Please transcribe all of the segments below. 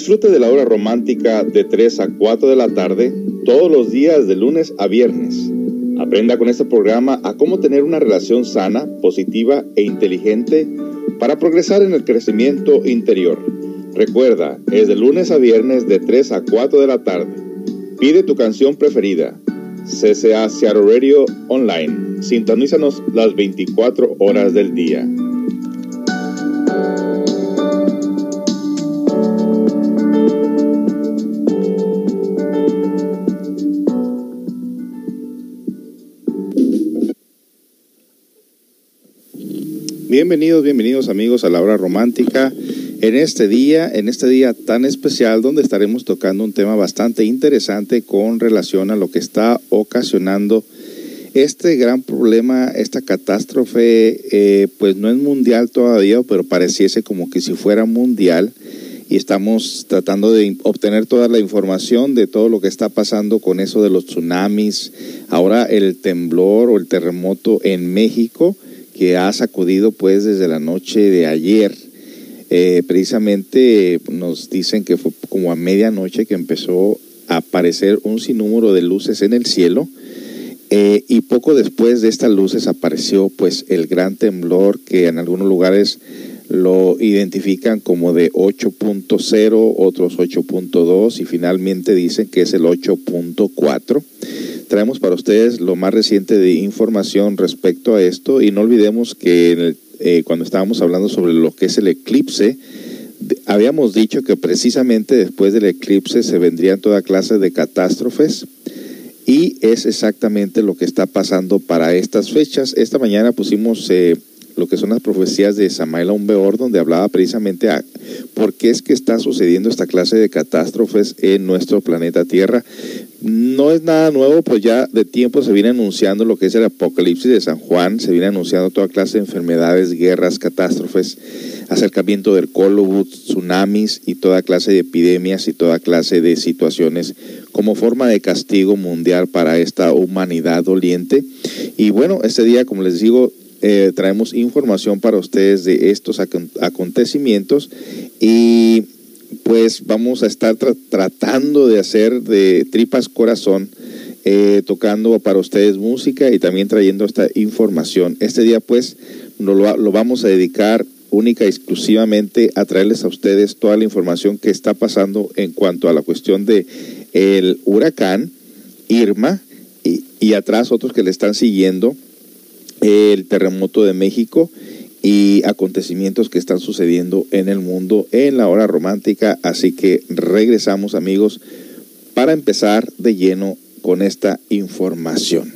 Disfrute de la hora romántica de 3 a 4 de la tarde, todos los días de lunes a viernes. Aprenda con este programa a cómo tener una relación sana, positiva e inteligente para progresar en el crecimiento interior. Recuerda, es de lunes a viernes de 3 a 4 de la tarde. Pide tu canción preferida. CCA Seattle Radio Online. Sintonízanos las 24 horas del día. Bienvenidos amigos a la hora romántica en este día tan especial donde estaremos tocando un tema bastante interesante con relación a lo que está ocasionando este gran problema, esta catástrofe, pues no es mundial todavía, pero pareciese como que si fuera mundial, y estamos tratando de obtener toda la información de todo lo que está pasando con eso de los tsunamis, ahora el temblor o el terremoto en México, que ha sacudido pues desde la noche de ayer. Precisamente nos dicen que fue como a medianoche que empezó a aparecer un sinnúmero de luces en el cielo, y poco después de estas luces apareció pues el gran temblor, que en algunos lugares lo identifican como de 8.0, otros 8.2 y finalmente dicen que es el 8.4. Traemos para ustedes lo más reciente de información respecto a esto, y no olvidemos que cuando estábamos hablando sobre lo que es el eclipse, habíamos dicho que precisamente después del eclipse se vendrían toda clase de catástrofes, y es exactamente lo que está pasando para estas fechas. Esta mañana pusimos lo que son las profecías de Samael Aun Weor, donde hablaba precisamente a por qué es que está sucediendo esta clase de catástrofes en nuestro planeta Tierra. No es nada nuevo, pues ya de tiempo se viene anunciando lo que es el apocalipsis de San Juan, se viene anunciando toda clase de enfermedades, guerras, catástrofes, acercamiento del Cólobus, tsunamis y toda clase de epidemias y toda clase de situaciones como forma de castigo mundial para esta humanidad doliente. Y bueno, este día, como les digo, traemos información para ustedes de estos acontecimientos, y pues vamos a estar tratando de hacer de tripas corazón, tocando para ustedes música y también trayendo esta información. Este día pues lo vamos a dedicar única y exclusivamente a traerles a ustedes toda la información que está pasando en cuanto a la cuestión de el huracán Irma, y atrás otros que le están siguiendo, el terremoto de México y acontecimientos que están sucediendo en el mundo en la hora romántica. Así que regresamos, amigos, para empezar de lleno con esta información.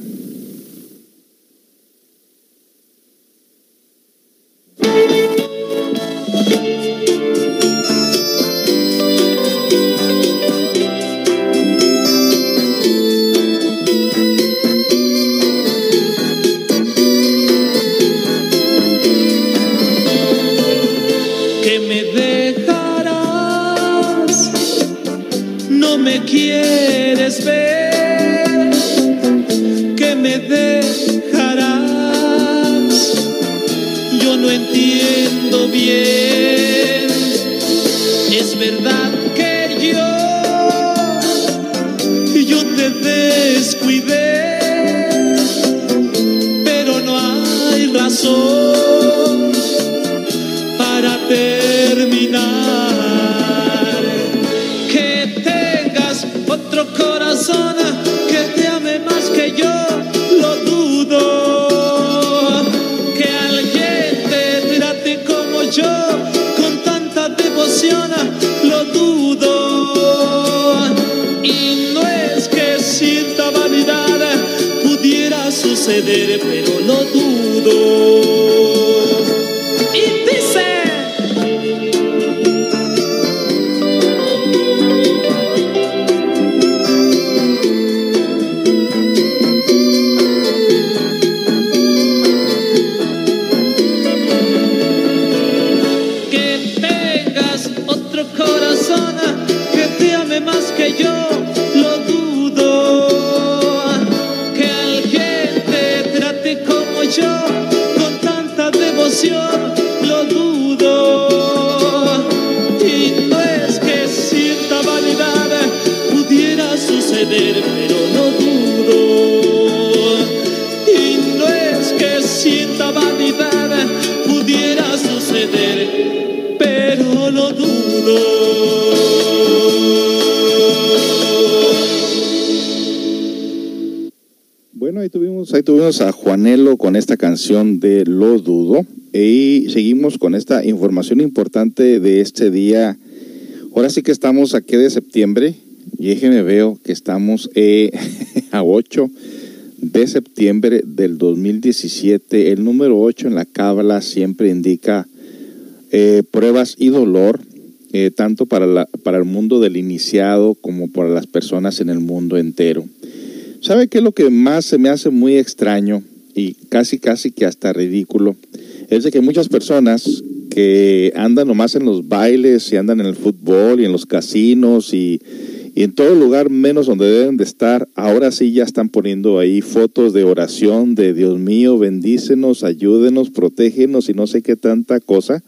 Quieres ver que me dejarás, yo no entiendo bien. Es verdad que yo te descuidé, pero no hay razón para terminar. Otro corazón que te ame más que yo, lo dudo. Que alguien te trate como yo, con tanta devoción, lo dudo. Y no es que cierta vanidad pudiera suceder, pero lo dudo. Y dice: que te ame más que yo, lo dudo. Que alguien te trate como yo, Bueno, ahí tuvimos a Juanelo con esta canción de Lo Dudo. Y seguimos con esta información importante de este día. Ahora sí que estamos aquí de septiembre. Y déjenme veo que estamos a 8 de septiembre del 2017. El número 8 en la cábala siempre indica pruebas y dolor, tanto para el mundo del iniciado como para las personas en el mundo entero. ¿Sabe qué es lo que más se me hace muy extraño y casi que hasta ridículo? Es de que muchas personas que andan nomás en los bailes y andan en el fútbol y en los casinos y en todo lugar menos donde deben de estar, ahora sí ya están poniendo ahí fotos de oración de Dios mío, bendícenos, ayúdenos, protégenos y no sé qué tanta cosa,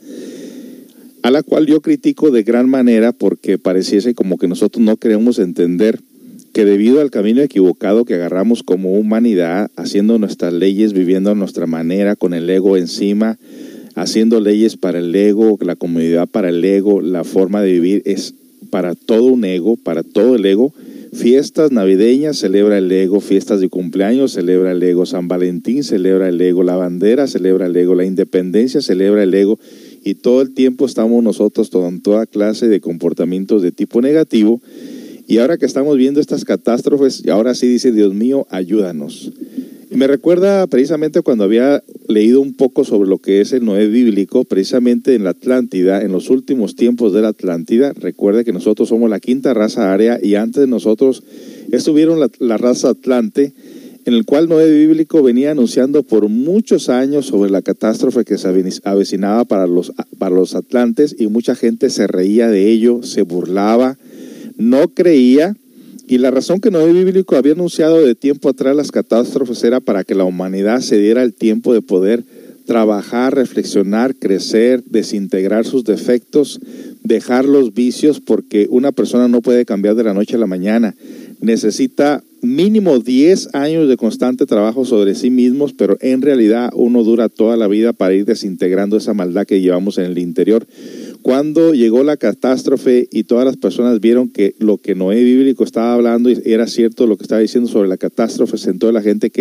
a la cual yo critico de gran manera porque pareciese como que nosotros no queremos entender que debido al camino equivocado que agarramos como humanidad, haciendo nuestras leyes, viviendo a nuestra manera, con el ego encima, haciendo leyes para el ego, la comodidad para el ego, la forma de vivir es para todo un ego, para todo el ego. Fiestas navideñas celebra el ego, fiestas de cumpleaños celebra el ego, San Valentín celebra el ego, la bandera celebra el ego, la independencia celebra el ego, y todo el tiempo estamos nosotros con toda clase de comportamientos de tipo negativo. Y ahora que estamos viendo estas catástrofes, ahora sí dice, Dios mío, ayúdanos. Y me recuerda precisamente cuando había leído un poco sobre lo que es el Noé bíblico, precisamente en la Atlántida, en los últimos tiempos de la Atlántida. Recuerde que nosotros somos la quinta raza aria y antes de nosotros estuvieron la raza Atlante, en el cual Noé bíblico venía anunciando por muchos años sobre la catástrofe que se avecinaba para los atlantes, y mucha gente se reía de ello, se burlaba, no creía, y la razón que Noé bíblico había anunciado de tiempo atrás las catástrofes era para que la humanidad se diera el tiempo de poder trabajar, reflexionar, crecer, desintegrar sus defectos, dejar los vicios, porque una persona no puede cambiar de la noche a la mañana. Necesita mínimo 10 años de constante trabajo sobre sí mismos, pero en realidad uno dura toda la vida para ir desintegrando esa maldad que llevamos en el interior. Cuando llegó la catástrofe y todas las personas vieron que lo que Noé bíblico estaba hablando era cierto, lo que estaba diciendo sobre la catástrofe, entonces la gente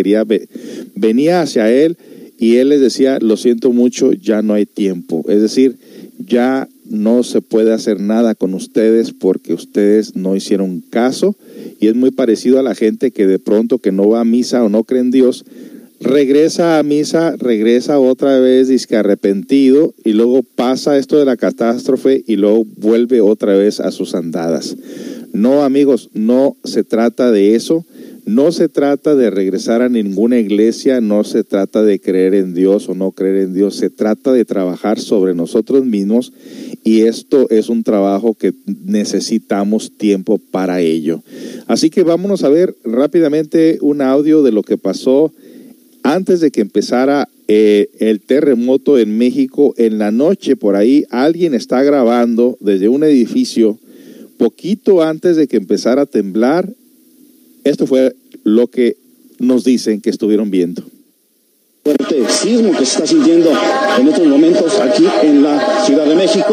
venía hacia él y él les decía, lo siento mucho, ya no hay tiempo. Es decir, ya no se puede hacer nada con ustedes porque ustedes no hicieron caso. Y es muy parecido a la gente que de pronto que no va a misa o no cree en Dios, regresa a misa, regresa otra vez dizque arrepentido, y luego pasa esto de la catástrofe y luego vuelve otra vez a sus andadas. No, amigos, no se trata de eso. No se trata de regresar a ninguna iglesia, no se trata de creer en Dios o no creer en Dios, se trata de trabajar sobre nosotros mismos, y esto es un trabajo que necesitamos tiempo para ello. Así que vámonos a ver rápidamente un audio de lo que pasó antes de que empezara el terremoto en México. En la noche, por ahí, alguien está grabando desde un edificio poquito antes de que empezara a temblar. Esto fue lo que nos dicen que estuvieron viendo. Fuerte sismo que se está sintiendo en estos momentos aquí en la Ciudad de México.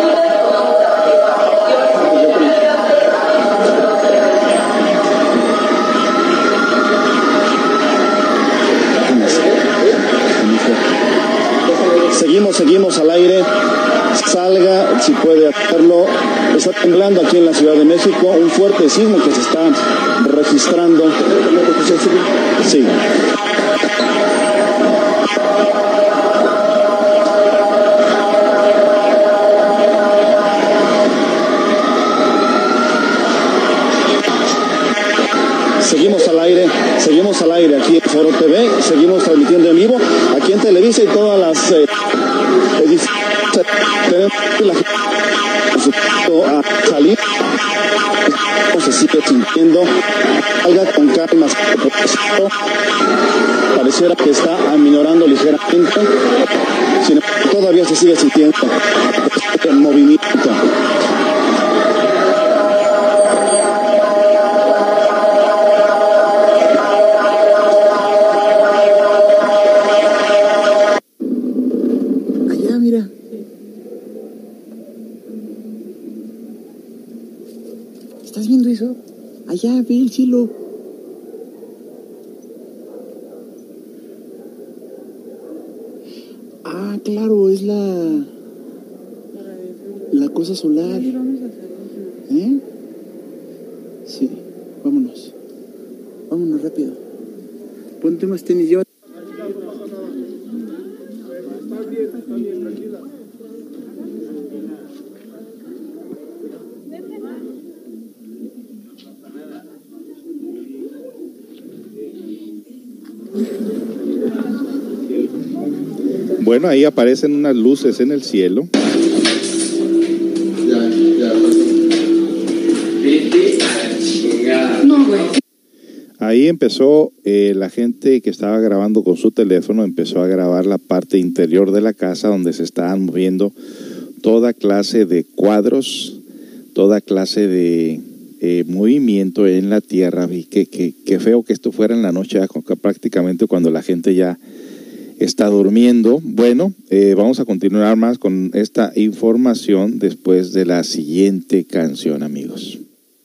Seguimos al aire. Salga, si puede hacerlo. Está temblando aquí en la Ciudad de México, un fuerte sismo que se está registrando. Sí. Seguimos al aire aquí en Foro TV, seguimos transmitiendo en vivo aquí en Televisa y todas las ediciones. Tenemos la gente a salir, se sigue sintiendo, salga con calma, pareciera que está aminorando ligeramente, sin embargo todavía se sigue sintiendo el movimiento. ¿Estás viendo eso? Allá, ve el cielo. claro, es la cosa solar. ¿Eh? Sí, vámonos rápido. Ponte unos tenis, yo. Estás bien, tranquila. Bueno, ahí aparecen unas luces en el cielo. Ahí empezó la gente que estaba grabando con su teléfono, empezó a grabar la parte interior de la casa donde se estaban moviendo toda clase de cuadros, toda clase de movimiento en la tierra. Y qué feo que esto fuera en la noche, prácticamente cuando la gente ya está durmiendo. Bueno, vamos a continuar más con esta información después de la siguiente canción, amigos.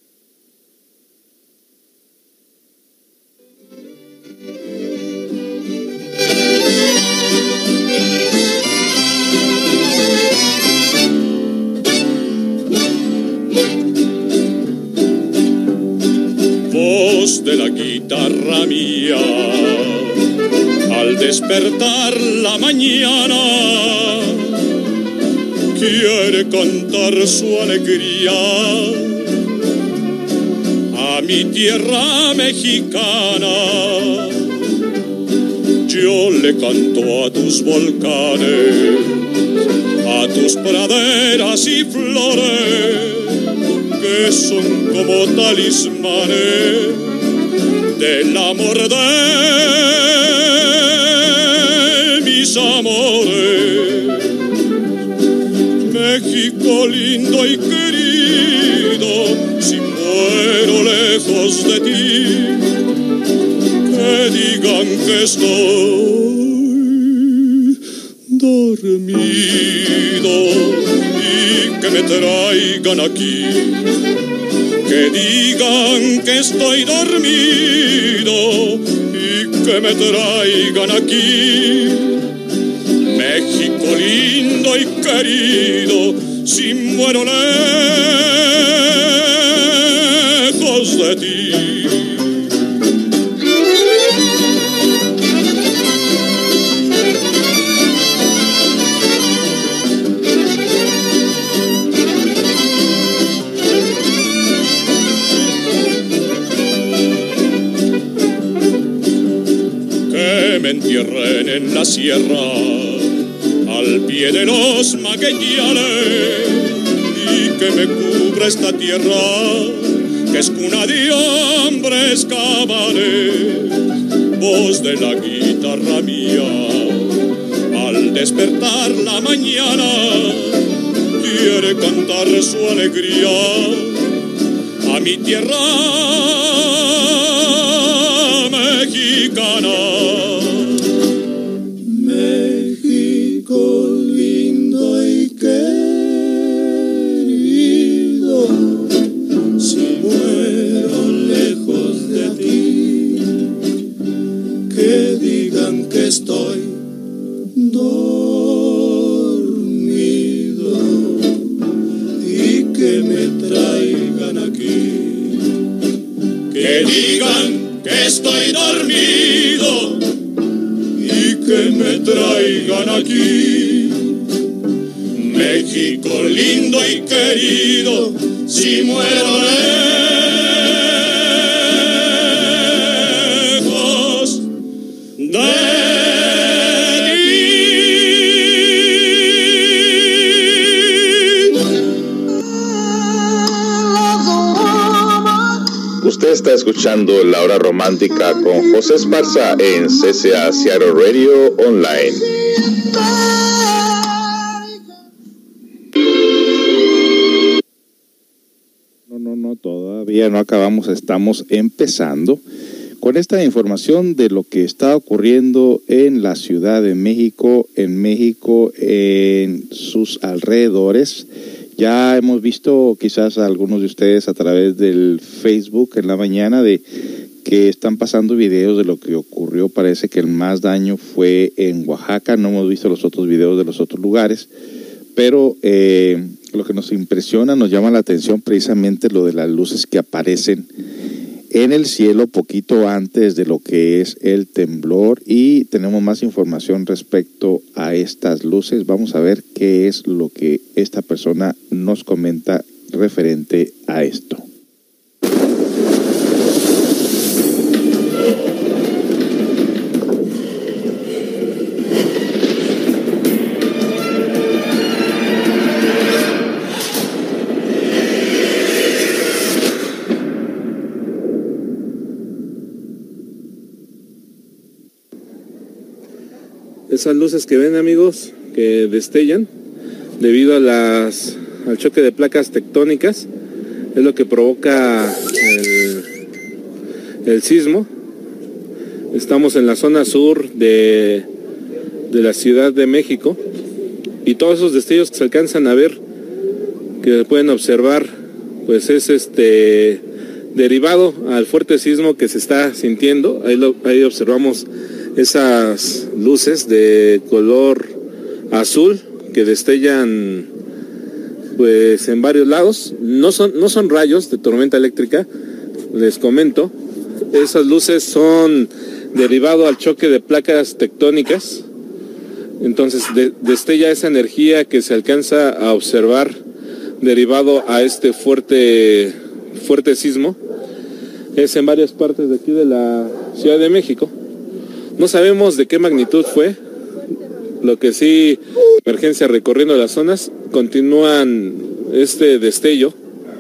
Voz de la guitarra mía, al despertar la mañana, quiere cantar su alegría a mi tierra mexicana. Yo le canto a tus volcanes, a tus praderas y flores, que son como talismanes del amor de mis amores. México lindo y querido, si muero lejos de ti, que digan que estoy dormido y que me traigan aquí. Que digan que estoy dormido y que me traigan aquí. México lindo y querido, si muero lejos de ti. Me entierren en la sierra, al pie de los magueyales, y que me cubra esta tierra, que es cuna de hombres cabales. Voz de la guitarra mía, al despertar la mañana, quiere cantar su alegría a mi tierra mexicana. México lindo y querido, si muero lejos de ti, que digan que estoy dormido y que me traigan aquí. Que digan que estoy dormido y que me traigan aquí. México lindo y querido, si muero lejos de Usted está escuchando La Hora Romántica con José Esparza en CCA Seattle Radio Online. No, todavía no acabamos, estamos empezando con esta información de lo que está ocurriendo en la Ciudad de México, en sus alrededores. Ya hemos visto quizás a algunos de ustedes a través del Facebook en la mañana de que que están pasando videos de lo que ocurrió. Parece que el más daño fue en Oaxaca. No hemos visto los otros videos de los otros lugares, pero lo que nos impresiona, nos llama la atención precisamente lo de las luces que aparecen en el cielo poquito antes de lo que es el temblor, y tenemos más información respecto a estas luces. Vamos a ver qué es lo que esta persona nos comenta referente a esto. Esas luces que ven, amigos, que destellan debido a al choque de placas tectónicas, es lo que provoca el sismo. Estamos en la zona sur de la Ciudad de México, y todos esos destellos que se alcanzan a ver, que pueden observar, pues es derivado al fuerte sismo que se está sintiendo. Ahí observamos esas luces de color azul que destellan pues en varios lados. No son rayos de tormenta eléctrica, les comento. Esas luces son derivado al choque de placas tectónicas. Entonces destella esa energía que se alcanza a observar derivado a este fuerte sismo. Es en varias partes de aquí de la Ciudad de México. No sabemos de qué magnitud fue. Lo que sí, emergencia recorriendo las zonas, continúan este destello.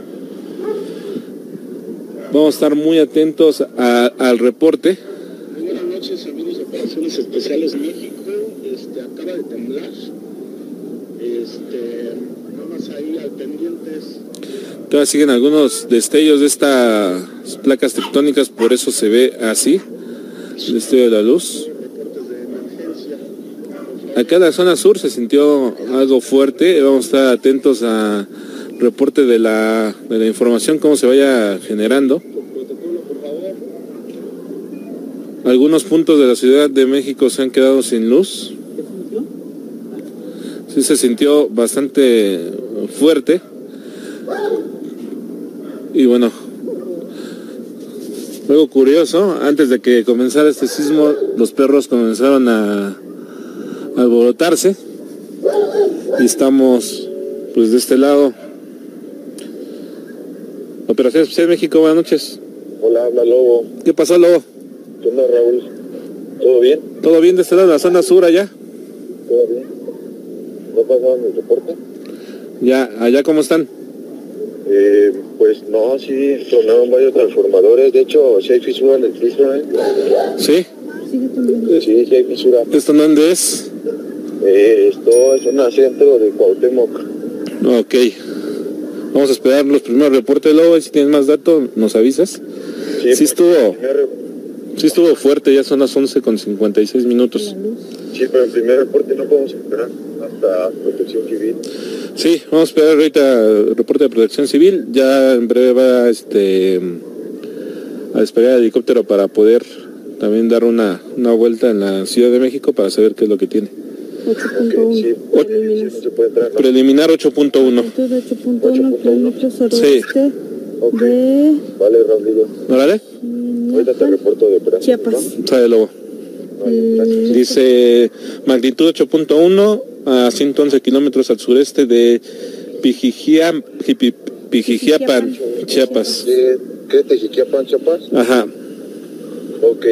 Vamos a estar muy atentos al reporte. Buenas noches, amigos de Operaciones Especiales México. Acaba de temblar. Nada más ahí al pendientes. Todavía siguen algunos destellos de estas placas tectónicas, por eso se ve así. El destello de la luz. Acá en la zona sur se sintió algo fuerte. Vamos a estar atentos a reporte de la información, cómo se vaya generando. Algunos puntos de la Ciudad de México se han quedado sin luz. Sí se sintió bastante fuerte. Y bueno, algo curioso, antes de que comenzara este sismo, los perros comenzaron a alborotarse, y estamos pues de este lado. Operación Especial México, buenas noches. Hola, habla Lobo. ¿Qué pasó, Lobo? ¿Qué onda, Raúl? ¿Todo bien? ¿Todo bien de este lado de la zona sur allá? ¿Todo bien? ¿No pasaron el reporte? Ya, ¿allá cómo están? Pues no, sí, tronaron varios transformadores. De hecho, sí hay fisura en el piso, ¿eh? ¿Sí? Sí, sí hay fisura. ¿Esto dónde es? Esto es un centro de Cuauhtémoc. Ok. Vamos a esperar los primeros reportes, Lobo, y si tienes más datos, nos avisas. Sí estuvo fuerte, ya son las 11:56 minutos. Sí, pero el primer reporte no podemos esperar hasta Protección Civil. Sí, vamos a esperar ahorita el reporte de Protección Civil. Ya en breve va a despegar el helicóptero para poder también dar una vuelta en la Ciudad de México para saber qué es lo que tiene. 8.1. Sí, no se puede entrar, ¿no? Preliminar 8.1. 8.1 kilómetros suroeste Okay. de Vale, Raulillo. ¿Órale? Ahorita te reporto de operación. Chiapas. Sale, Lobo. Vale, gracias. Dice magnitud 8.1 a 111 kilómetros al sureste de Pijijiapan, Chiapas. ¿Qué? ¿Tejiquiapan, Chiapas? Ajá. Ok.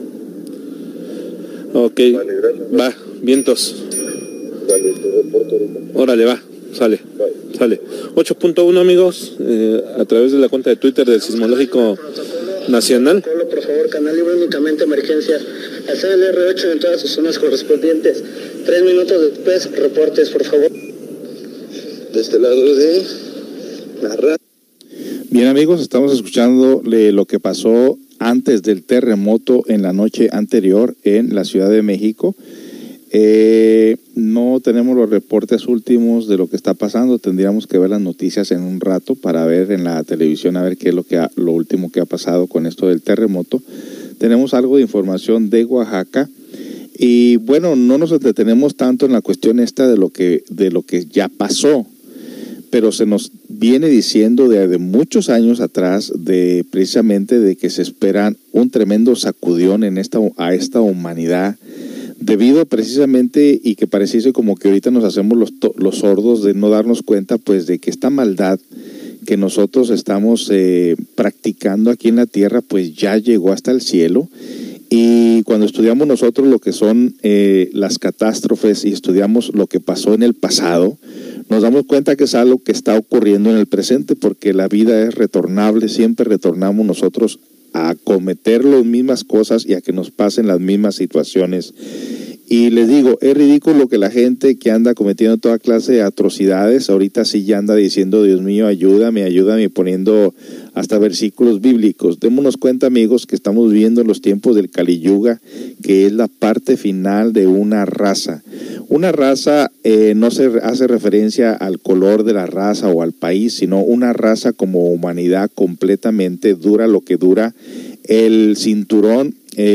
Ok. Vale, gracias. Va, vientos. Vale, te reporto ahorita. Órale, va. Sale. Bye. Sale. 8.1, amigos, a través de la cuenta de Twitter del Sismológico Nacional. Por favor, canal libre únicamente emergencia. Hacer el R8 en todas sus zonas correspondientes. 3 minutos después, reportes, por favor. De este lado de la radio. Bien, amigos, estamos escuchando lo que pasó antes del terremoto en la noche anterior en la Ciudad de México. No tenemos los reportes últimos de lo que está pasando. Tendríamos que ver las noticias en un rato para ver en la televisión a ver qué es lo último que ha pasado con esto del terremoto. Tenemos algo de información de Oaxaca y bueno, no nos entretenemos tanto en la cuestión esta de lo que ya pasó, pero se nos viene diciendo de muchos años atrás precisamente de que se esperan un tremendo sacudión a esta humanidad, debido precisamente, y que pareciese como que ahorita nos hacemos los sordos de no darnos cuenta pues de que esta maldad que nosotros estamos practicando aquí en la tierra pues ya llegó hasta el cielo. Y cuando estudiamos nosotros lo que son las catástrofes y estudiamos lo que pasó en el pasado, nos damos cuenta que es algo que está ocurriendo en el presente, porque la vida es retornable, siempre retornamos nosotros a cometer las mismas cosas y a que nos pasen las mismas situaciones. Y les digo, es ridículo que la gente que anda cometiendo toda clase de atrocidades, ahorita sí ya anda diciendo, Dios mío, ayúdame, poniendo hasta versículos bíblicos. Démonos cuenta, amigos, que estamos viviendo en los tiempos del Kali Yuga, que es la parte final de una raza. Una raza no se hace referencia al color de la raza o al país, sino una raza como humanidad completamente dura lo que dura el cinturón,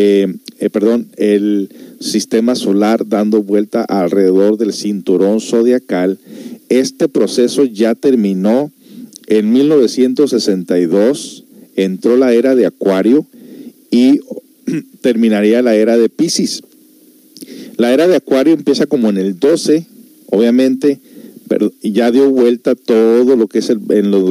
el sistema solar dando vuelta alrededor del cinturón zodiacal. Este proceso ya terminó en 1962, entró la era de Acuario y terminaría la era de Piscis. La era de Acuario empieza como en el 12, obviamente, pero ya dio vuelta todo lo que es en los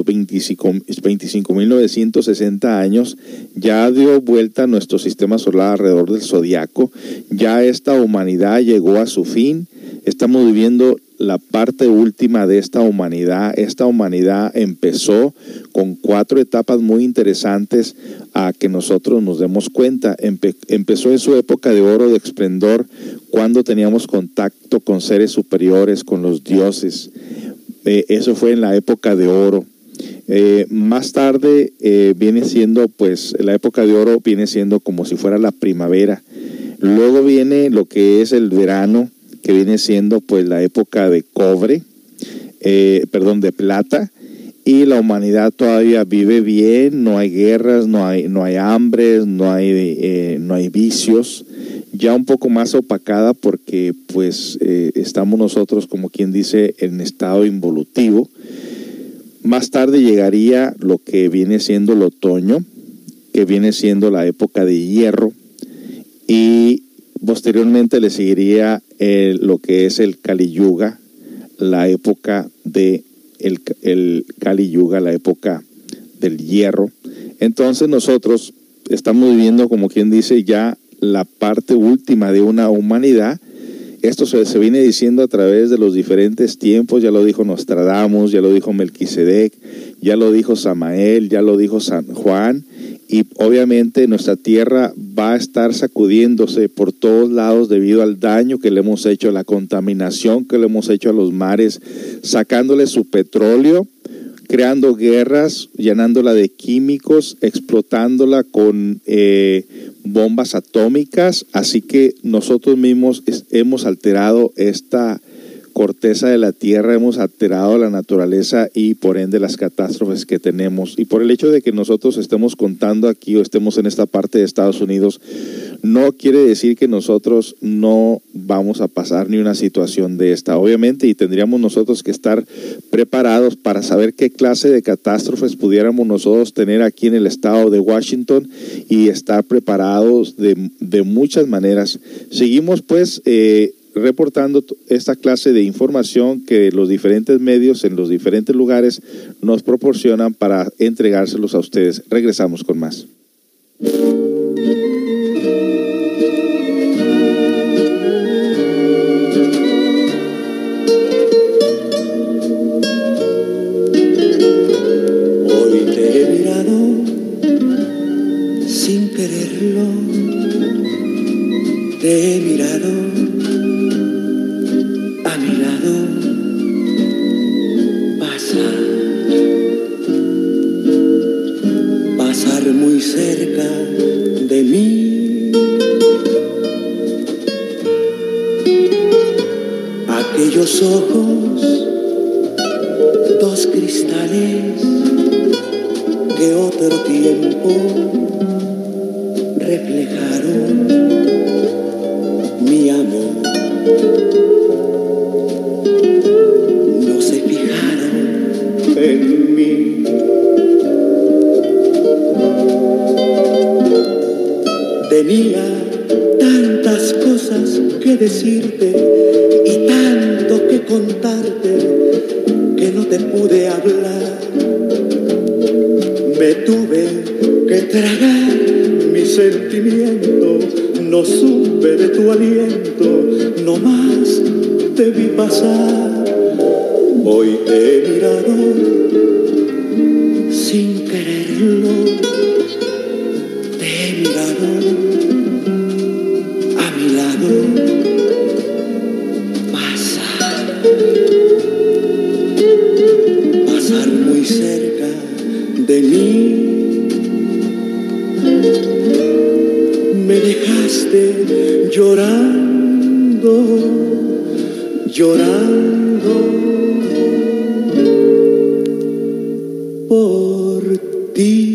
25.960 años, ya dio vuelta nuestro sistema solar alrededor del zodiaco, ya esta humanidad llegó a su fin, estamos viviendo la parte última de esta humanidad. Esta humanidad empezó con 4 etapas muy interesantes a que nosotros nos demos cuenta. Empezó en su época de oro, de esplendor, cuando teníamos contacto con seres superiores, con los dioses. Eso fue en la época de oro. Más tarde viene siendo, pues, la época de oro viene siendo como si fuera la primavera. Luego viene lo que es el verano, que viene siendo pues la época de cobre, de plata, y la humanidad todavía vive bien, no hay guerras, no hay hambres, no hay vicios, ya un poco más opacada porque pues estamos nosotros, como quien dice, en estado involutivo. Más tarde llegaría lo que viene siendo el otoño, que viene siendo la época de hierro, y posteriormente le seguiría lo que es el Kali Yuga, la época de el Kali Yuga, la época del hierro. Entonces nosotros estamos viviendo, como quien dice, ya la parte última de una humanidad. Esto se viene diciendo a través de los diferentes tiempos. Ya lo dijo Nostradamus, ya lo dijo Melquisedec, ya lo dijo Samael, ya lo dijo San Juan. Y obviamente nuestra tierra va a estar sacudiéndose por todos lados debido al daño que le hemos hecho, la contaminación que le hemos hecho a los mares, sacándole su petróleo, creando guerras, llenándola de químicos, explotándola con bombas atómicas. Así que nosotros mismos hemos alterado esta corteza de la tierra, hemos alterado la naturaleza y por ende las catástrofes que tenemos. Y por el hecho de que nosotros estemos contando aquí o estemos en esta parte de Estados Unidos, no quiere decir que nosotros no vamos a pasar ni una situación de esta, obviamente, y tendríamos nosotros que estar preparados para saber qué clase de catástrofes pudiéramos nosotros tener aquí en el estado de Washington y estar preparados de muchas maneras. Seguimos pues reportando esta clase de información que los diferentes medios en los diferentes lugares nos proporcionan para entregárselos a ustedes. Regresamos con más. Hoy te he mirado sin quererlo, te he mirado a mi lado pasar muy cerca de mí. ojos, dos cristales que otro tiempo reflejaron mi amor. No se fijaron en mí. Tenía tantas cosas que decirte y tanto que contarte que no te pude hablar. Me tuve que tragar mi sentimiento, no supe de tu aliento, no más te vi pasar. Hoy te he mirado sin quererlo, te he mirado a mi lado pasar muy cerca de mí. Me dejaste llorando, llorando por ti.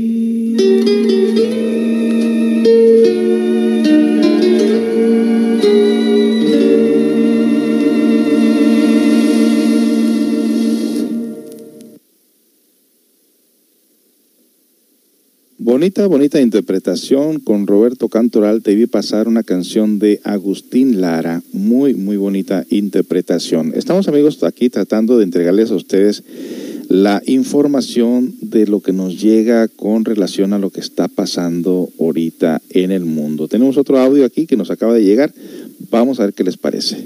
Bonita interpretación con Roberto Cantoral. Te vi pasar una canción de Agustín Lara. Muy bonita interpretación. Estamos, amigos, aquí tratando de entregarles a ustedes la información de lo que nos llega con relación a lo que está pasando ahorita en el mundo. Tenemos otro audio aquí que nos acaba de llegar. Vamos a ver qué les parece.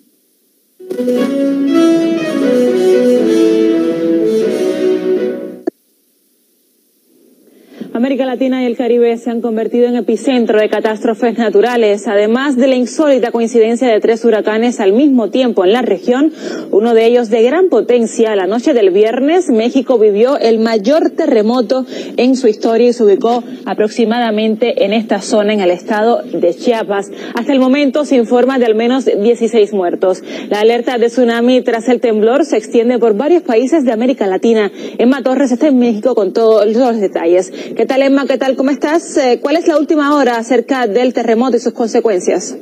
América Latina y el Caribe se han convertido en epicentro de catástrofes naturales. Además de la insólita coincidencia de 3 huracanes al mismo tiempo en la región, uno de ellos de gran potencia. La noche del viernes, México vivió el mayor terremoto en su historia y se ubicó aproximadamente en esta zona, en el estado de Chiapas. Hasta el momento se informa de al menos 16 muertos. La alerta de tsunami tras el temblor se extiende por varios países de América Latina. Emma Torres está en México con todos los detalles. ¿Qué tal, Emma? ¿Qué tal? ¿Cómo estás? ¿Cuál es la última hora acerca del terremoto y sus consecuencias?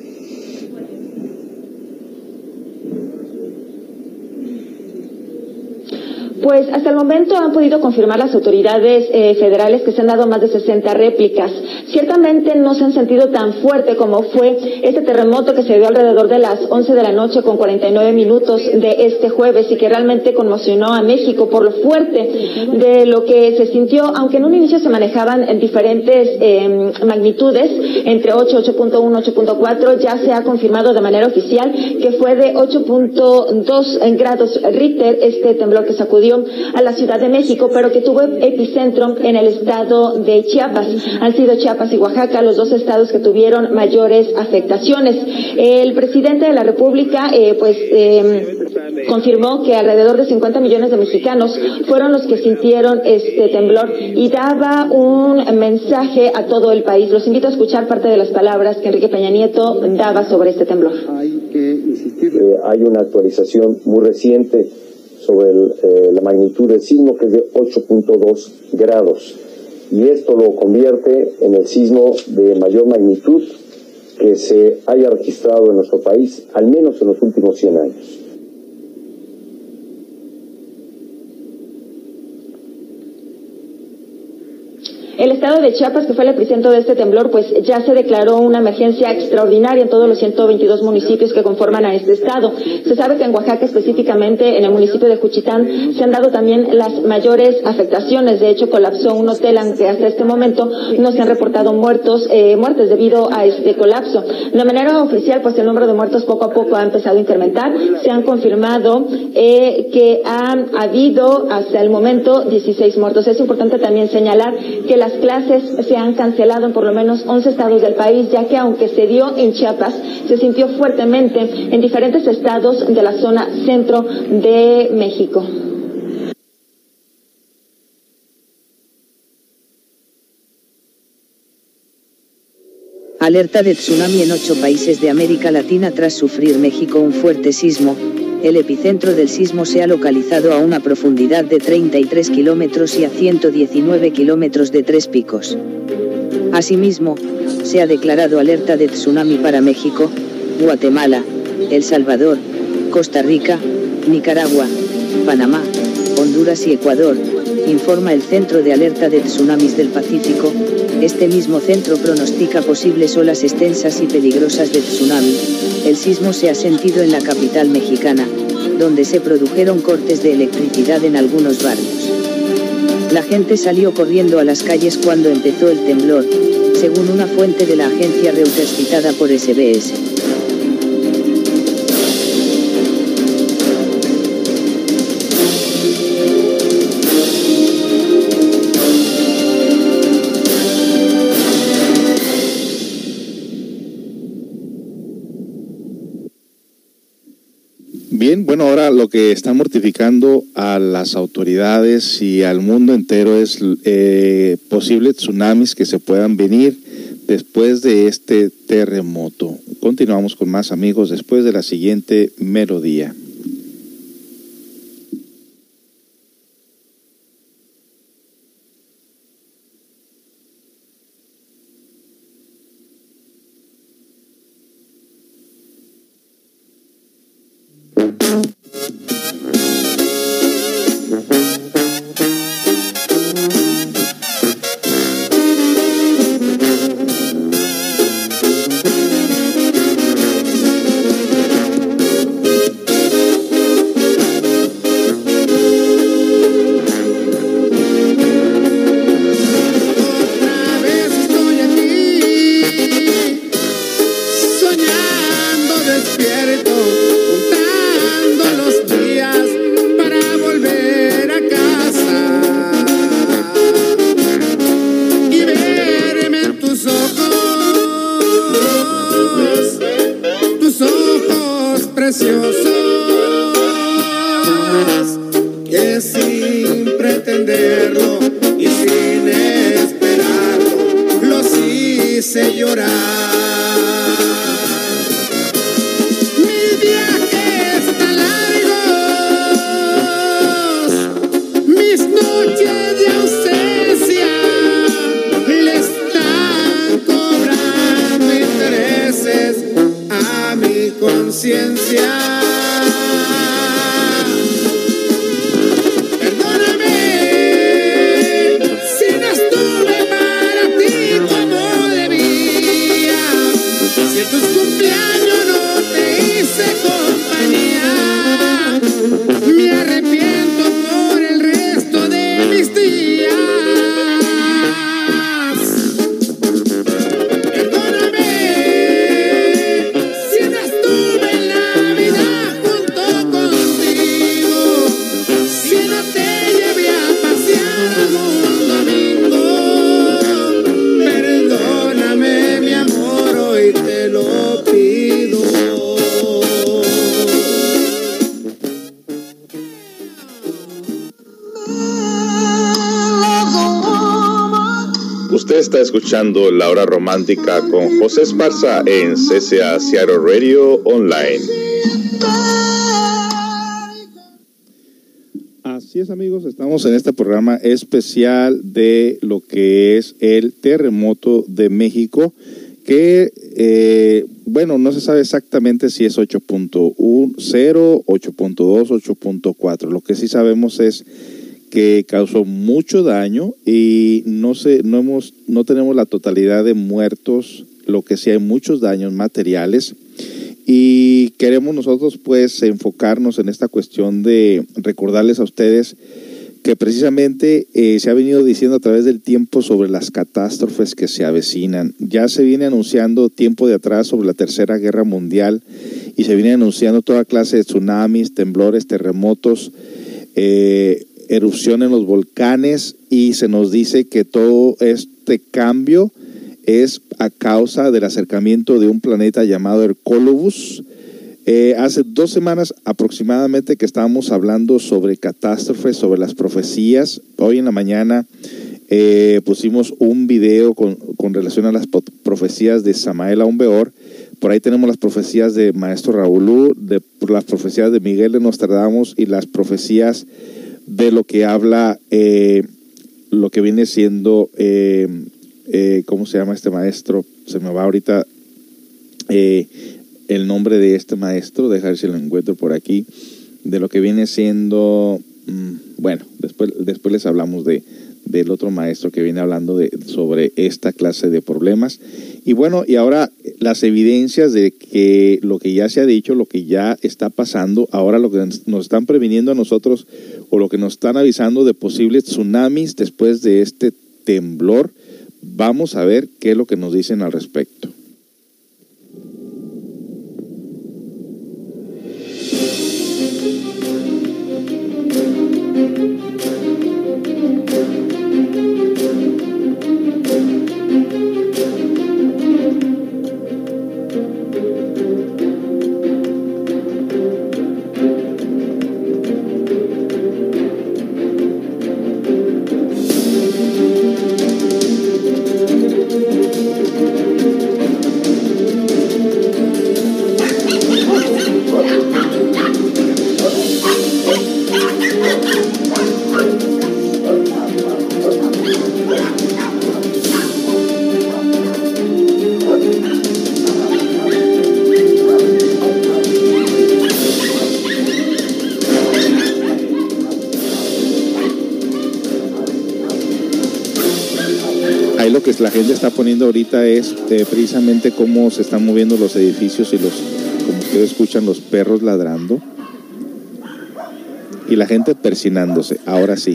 Pues hasta el momento han podido confirmar las autoridades federales que se han dado más de 60 réplicas. Ciertamente no se han sentido tan fuerte como fue este terremoto que se dio alrededor de las 11 de la noche con 49 minutos de este jueves y que realmente conmocionó a México por lo fuerte de lo que se sintió, aunque en un inicio se manejaban en diferentes magnitudes, entre 8, 8.1, 8.4, ya se ha confirmado de manera oficial que fue de 8.2 grados Richter este temblor que sacudió a la Ciudad de México, pero que tuvo epicentro en el estado de Chiapas. Han sido Chiapas y Oaxaca los dos estados que tuvieron mayores afectaciones. El presidente de la República confirmó que alrededor de 50 millones de mexicanos fueron los que sintieron este temblor y daba un mensaje a todo el país. Los invito a escuchar parte de las palabras que Enrique Peña Nieto daba sobre este temblor. Hay una actualización muy reciente sobre la magnitud del sismo, que es de 8.2 grados. Y esto lo convierte en el sismo de mayor magnitud que se haya registrado en nuestro país, al menos en los últimos 100 años. El estado de Chiapas, que fue el epicentro de este temblor, pues ya se declaró una emergencia extraordinaria en todos los 122 municipios que conforman a este estado. Se sabe que en Oaxaca, específicamente en el municipio de Juchitán, se han dado también las mayores afectaciones. De hecho, colapsó un hotel, aunque hasta este momento no se han reportado muertes debido a este colapso. De manera oficial, pues el número de muertos poco a poco ha empezado a incrementar. Se han confirmado que han habido hasta el momento 16 muertos. Es importante también señalar que las clases se han cancelado en por lo menos 11 estados del país, ya que aunque se dio en Chiapas, se sintió fuertemente en diferentes estados de la zona centro de México. Alerta de tsunami en 8 países de América Latina tras sufrir México un fuerte sismo. El epicentro del sismo se ha localizado a una profundidad de 33 kilómetros y a 119 kilómetros de Tres Picos. Asimismo, se ha declarado alerta de tsunami para México, Guatemala, El Salvador, Costa Rica, Nicaragua, Panamá, Honduras y Ecuador, informa el Centro de Alerta de Tsunamis del Pacífico. Este mismo centro pronostica posibles olas extensas y peligrosas de tsunami. El sismo se ha sentido en la capital mexicana, donde se produjeron cortes de electricidad en algunos barrios. La gente salió corriendo a las calles cuando empezó el temblor, según una fuente de la agencia Reuters citada por SBS. Bien, bueno, ahora lo que está mortificando a las autoridades y al mundo entero es posibles tsunamis que se puedan venir después de este terremoto. Continuamos con más, amigos, después de la siguiente melodía. Está escuchando La Hora Romántica con José Esparza en CCA Seattle Radio Online. Así es, amigos, estamos en este programa especial de lo que es el terremoto de México, que, bueno, no se sabe exactamente si es 8.1, 8.2, 8.4. Lo que sí sabemos es que causó mucho daño y no tenemos la totalidad de muertos, lo que sí hay muchos daños materiales, y queremos nosotros pues enfocarnos en esta cuestión de recordarles a ustedes que precisamente se ha venido diciendo a través del tiempo sobre las catástrofes que se avecinan. Ya se viene anunciando tiempo de atrás sobre la Tercera Guerra Mundial y se viene anunciando toda clase de tsunamis, temblores, terremotos, erupción en los volcanes, y se nos dice que todo este cambio es a causa del acercamiento de un planeta llamado Hercólobus. Hace 2 semanas aproximadamente que estábamos hablando sobre catástrofes, sobre las profecías. Hoy en la mañana pusimos un video con relación a las profecías de Samael Aun Weor. Por ahí tenemos las profecías de Maestro Raulú, las profecías de Miguel de Nostradamus y las profecías de lo que habla, lo que viene siendo, ¿cómo se llama este maestro? Se me va ahorita el nombre de este maestro, dejar si lo encuentro por aquí, de lo que viene siendo, bueno, después les hablamos del otro maestro que viene hablando sobre esta clase de problemas. Y bueno, y ahora las evidencias de que lo que ya se ha dicho, lo que ya está pasando, ahora lo que nos están previniendo a nosotros o lo que nos están avisando de posibles tsunamis después de este temblor. Vamos a ver qué es lo que nos dicen al respecto. La gente está poniendo ahorita es precisamente cómo se están moviendo los edificios y como ustedes escuchan, los perros ladrando y la gente persinándose. Ahora sí.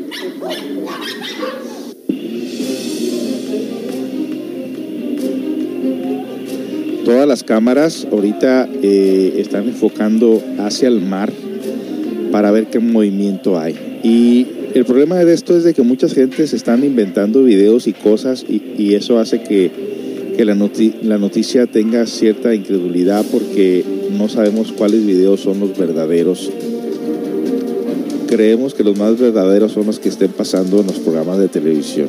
Todas las cámaras ahorita están enfocando hacia el mar para ver qué movimiento hay. Y el problema de esto es de que muchas gentes están inventando videos y cosas y eso hace que la noticia tenga cierta incredulidad porque no sabemos cuáles videos son los verdaderos. Creemos que los más verdaderos son los que estén pasando en los programas de televisión.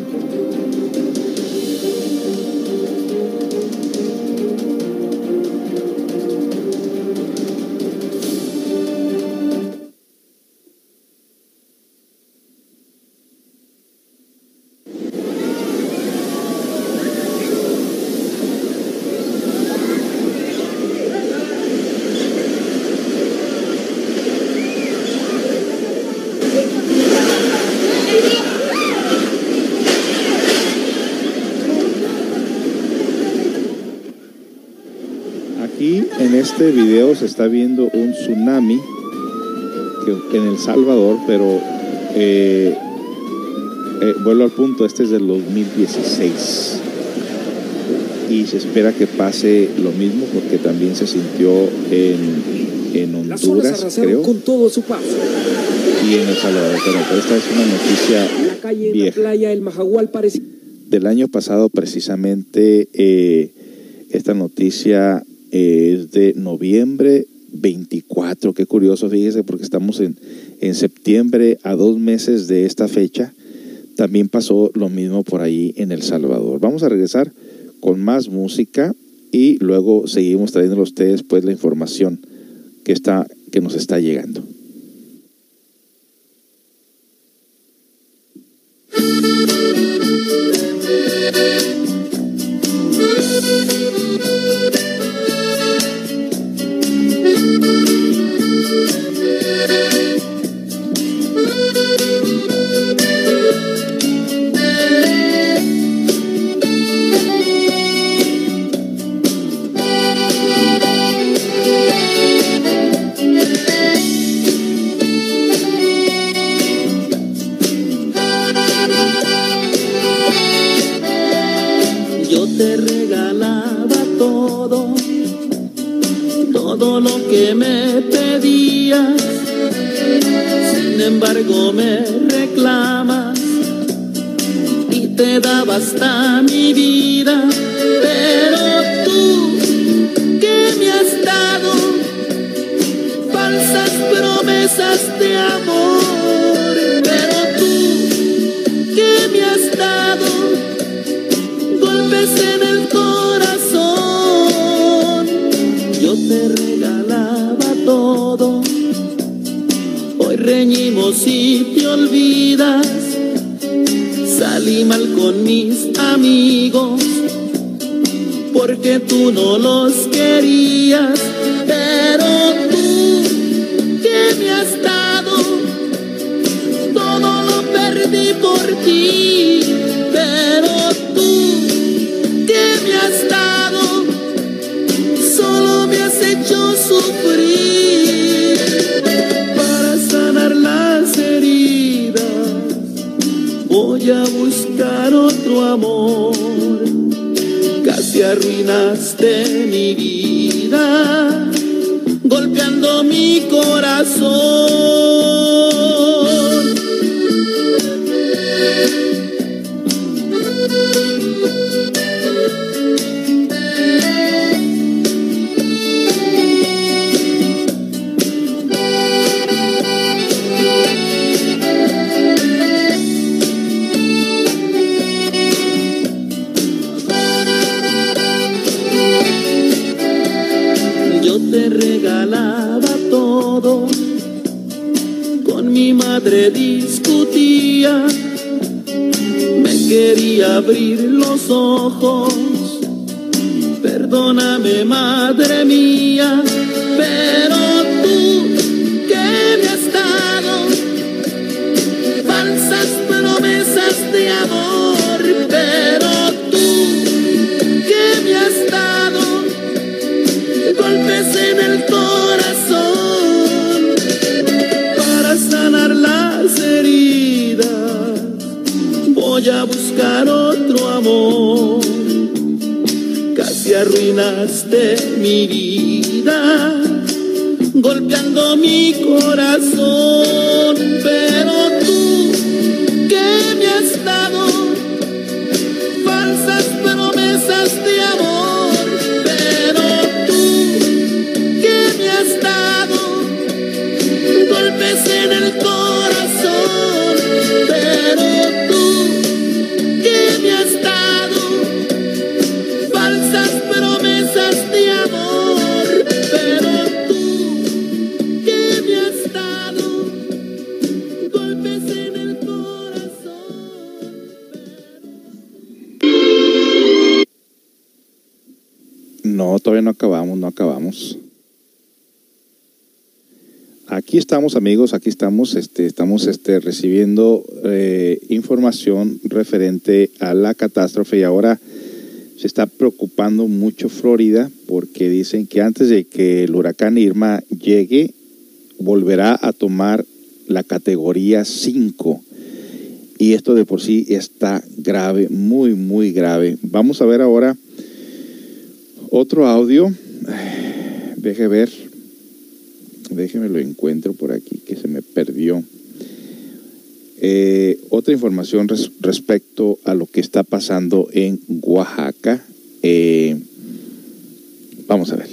En este video se está viendo un tsunami en El Salvador, pero vuelvo al punto, este es del 2016 y se espera que pase lo mismo porque también se sintió en Honduras, creo, con todo su paso. Y en El Salvador, pero esta es una noticia la calle, en vieja. La playa, el Majagual parece... Del año pasado precisamente, esta noticia es de noviembre 24, qué curioso, fíjese, porque estamos en septiembre, a 2 meses de esta fecha. También pasó lo mismo por ahí en El Salvador. Vamos a regresar con más música y luego seguimos trayéndole a ustedes pues la información que nos está llegando. Te regalaba todo lo que me pedías, sin embargo me reclamas y te daba hasta mi vida, pero tú, ¿qué me has dado? Falsas promesas de amor, pero tú, ¿qué me has dado? golpes en el corazón. Yo te regalaba todo, hoy reñimos y te olvidas. Salí mal con mis amigos porque tú no los querías, pero tú que me has dado, todo lo perdí por ti, pero tú que me has dado, solo me has hecho sufrir. Para sanar las heridas voy a buscar otro amor. Casi arruinaste mi vida, golpeando mi corazón. Te regalaba todo, con mi madre discutía, me quería abrir los ojos, perdóname madre mía, pero tú que me has dado falsas promesas de amor, pero tú que me has dado golpes en el corazón. Para sanar las heridas voy a buscar otro amor. Casi arruinaste mi vida, golpeando mi corazón, pero tú que me has dado falsas promesas de amor, pero has dado golpes en el corazón, pero tú que me has dado falsas promesas de amor, pero tú que me has dado golpes en el corazón. No, todavía no acabamos. Aquí estamos, amigos, aquí estamos recibiendo información referente a la catástrofe, y ahora se está preocupando mucho Florida porque dicen que antes de que el huracán Irma llegue volverá a tomar la categoría 5, y esto de por sí está grave, muy muy grave. Vamos a ver ahora otro audio. Déjeme lo encuentro por aquí, que se me perdió. Otra información respecto a lo que está pasando en Oaxaca. Vamos a ver.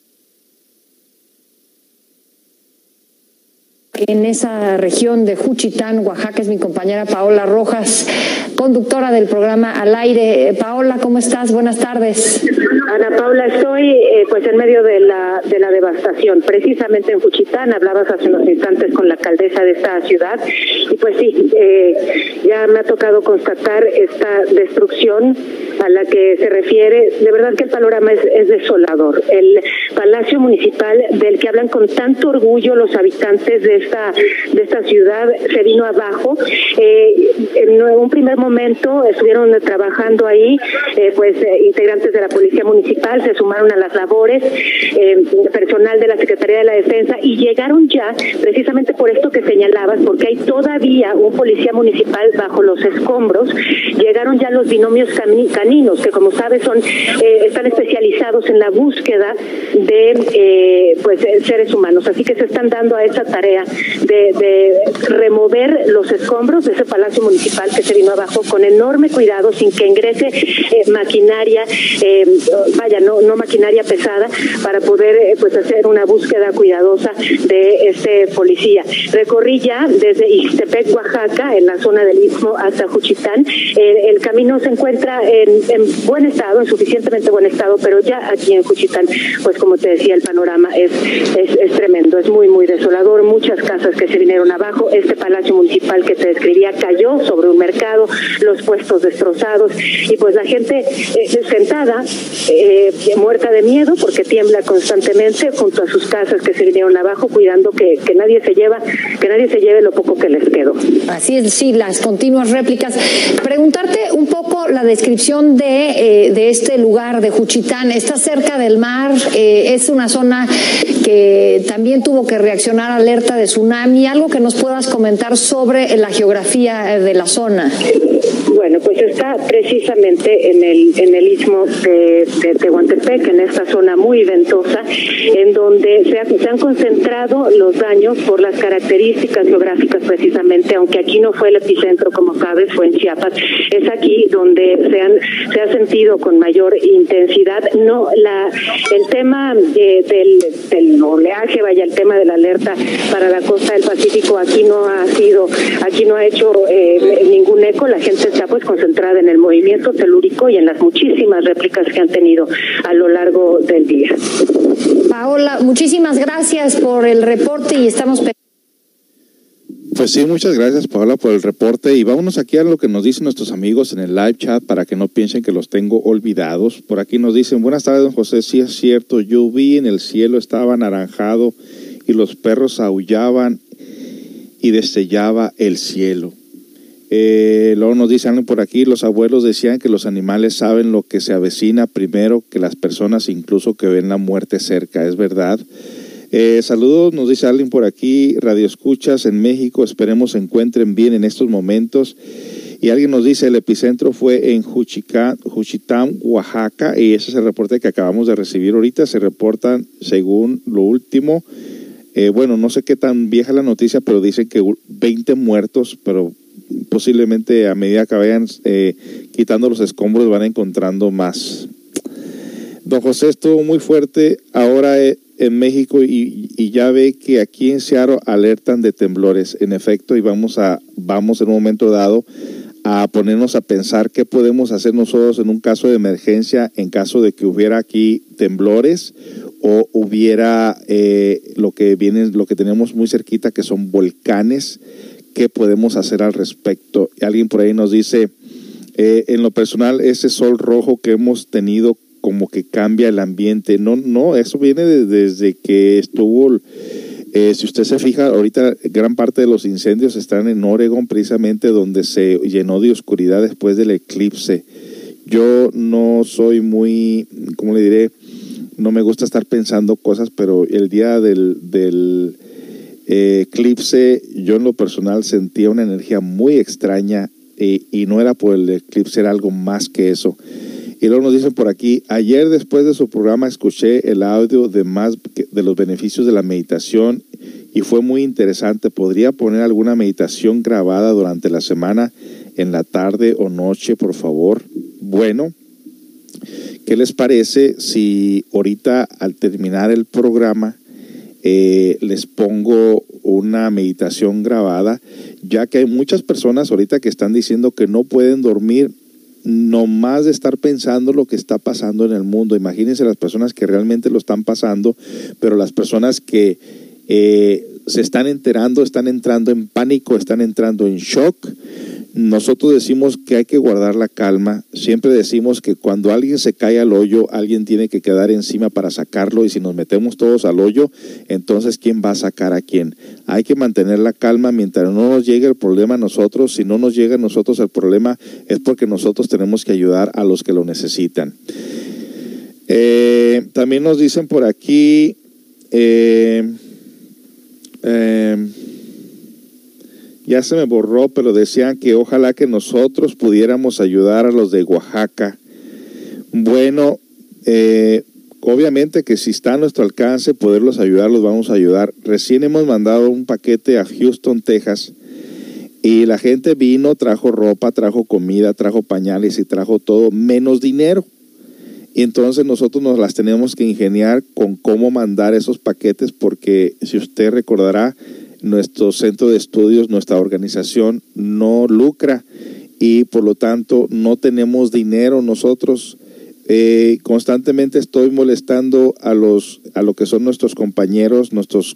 En esa región de Juchitán, Oaxaca, es mi compañera Paola Rojas, conductora del programa Al Aire. Paola, ¿cómo estás? Buenas tardes. Ana Paula, estoy pues en medio de la devastación, precisamente en Juchitán. Hablabas hace unos instantes con la alcaldesa de esta ciudad y pues sí, ya me ha tocado constatar esta destrucción a la que se refiere. De verdad que el panorama es desolador. El Palacio Municipal, del que hablan con tanto orgullo los habitantes de esta ciudad, se vino abajo. En un primer momento estuvieron trabajando ahí integrantes de la Policía Municipal, se sumaron a las labores, personal de la Secretaría de la Defensa, y llegaron ya, precisamente por esto que señalabas, porque hay todavía un policía municipal bajo los escombros, llegaron ya los binomios caninos, que como sabes están especializados en la búsqueda de seres humanos, así que se están dando a esa tarea de remover los escombros de ese Palacio Municipal que se vino abajo con enorme cuidado, sin que ingrese maquinaria, no maquinaria pesada, para poder pues hacer una búsqueda cuidadosa de este policía. Recorrí ya desde Ixtepec, Oaxaca, en la zona del Istmo, hasta Juchitán. El camino se encuentra en buen estado, en suficientemente buen estado, pero ya aquí en Juchitán, pues como te decía, el panorama es tremendo, es muy, muy desolador. Muchas casas que se vinieron abajo, este Palacio Municipal que te describía cayó sobre un mercado, los puestos destrozados, y pues la gente sentada, muerta de miedo, porque tiembla constantemente junto a sus casas que se vinieron abajo, cuidando que nadie se lleve lo poco que les quedó. Así es, sí, las continuas réplicas. Preguntarte un poco la descripción de este lugar de Juchitán. Está cerca del mar, es una zona que también tuvo que reaccionar a alerta de tsunami. ¿Algo que nos puedas comentar sobre la geografía de la zona? Bueno, pues está precisamente en el istmo de Tehuantepec, en esta zona muy ventosa, en donde se han concentrado los daños por las características geográficas precisamente, aunque aquí no fue el epicentro, como sabes, fue en Chiapas. Es aquí donde se ha sentido con mayor intensidad. No, el tema del oleaje, el tema de la alerta para la costa del Pacífico, aquí no ha hecho ningún eco. La gente está pues concentrada en el movimiento telúrico y en las muchísimas réplicas que han tenido a lo largo del día. Paola, muchísimas gracias por el reporte y estamos... Pues sí, muchas gracias, Paola, por el reporte, y vámonos aquí a lo que nos dicen nuestros amigos en el live chat para que no piensen que los tengo olvidados. Por aquí nos dicen: buenas tardes, don José, sí es cierto, yo vi en el cielo, estaba anaranjado y los perros aullaban y destellaba el cielo. Luego nos dice alguien por aquí: los abuelos decían que los animales saben lo que se avecina primero que las personas, incluso que ven la muerte cerca. ¿Es verdad? Saludos, nos dice alguien por aquí: radio escuchas en México, esperemos se encuentren bien en estos momentos. Y alguien nos dice: el epicentro fue en Juchitán, Oaxaca, y ese es el reporte que acabamos de recibir ahorita. Se reportan, según lo último, bueno, no sé qué tan vieja la noticia, pero dicen que 20 muertos, pero posiblemente a medida que vayan quitando los escombros van encontrando más. Don José, estuvo muy fuerte ahora en México y ya ve que aquí en Seattle alertan de temblores. En efecto, y vamos en un momento dado a ponernos a pensar qué podemos hacer nosotros en un caso de emergencia, en caso de que hubiera aquí temblores o hubiera lo que tenemos muy cerquita, que son volcanes. ¿Qué podemos hacer al respecto? Alguien por ahí nos dice: en lo personal, ese sol rojo que hemos tenido como que cambia el ambiente. No, eso viene desde que estuvo, si usted se fija, ahorita gran parte de los incendios están en Oregon, precisamente donde se llenó de oscuridad después del eclipse. Yo no soy muy, ¿cómo le diré? No me gusta estar pensando cosas, pero el día del eclipse, yo en lo personal sentía una energía muy extraña y no era por el eclipse, era algo más que eso. Y luego nos dicen por aquí: ayer después de su programa escuché el audio de los beneficios de la meditación y fue muy interesante. ¿Podría poner alguna meditación grabada durante la semana en la tarde o noche, por favor? Bueno, ¿qué les parece si ahorita al terminar el programa les pongo una meditación grabada, ya que hay muchas personas ahorita que están diciendo que no pueden dormir nomás de estar pensando lo que está pasando en el mundo? Imagínense las personas que realmente lo están pasando, pero las personas que se están enterando, están entrando en pánico, están entrando en shock. Nosotros decimos que hay que guardar la calma. Siempre decimos que cuando alguien se cae al hoyo, alguien tiene que quedar encima para sacarlo, y si nos metemos todos al hoyo, entonces ¿quién va a sacar a quién? Hay que mantener la calma mientras no nos llegue el problema a nosotros. Si no nos llega a nosotros el problema, es porque nosotros tenemos que ayudar a los que lo necesitan. También nos dicen por aquí... ya se me borró, pero decían que ojalá que nosotros pudiéramos ayudar a los de Oaxaca. Bueno, obviamente que si está a nuestro alcance poderlos ayudar, los vamos a ayudar. Recién hemos mandado un paquete a Houston, Texas, y la gente vino, trajo ropa, trajo comida, trajo pañales y trajo todo, menos dinero. Y entonces nosotros nos las tenemos que ingeniar con cómo mandar esos paquetes, porque si usted recordará, nuestro centro de estudios, nuestra organización no lucra y por lo tanto no tenemos dinero nosotros. Constantemente estoy molestando a lo que son nuestros compañeros, nuestros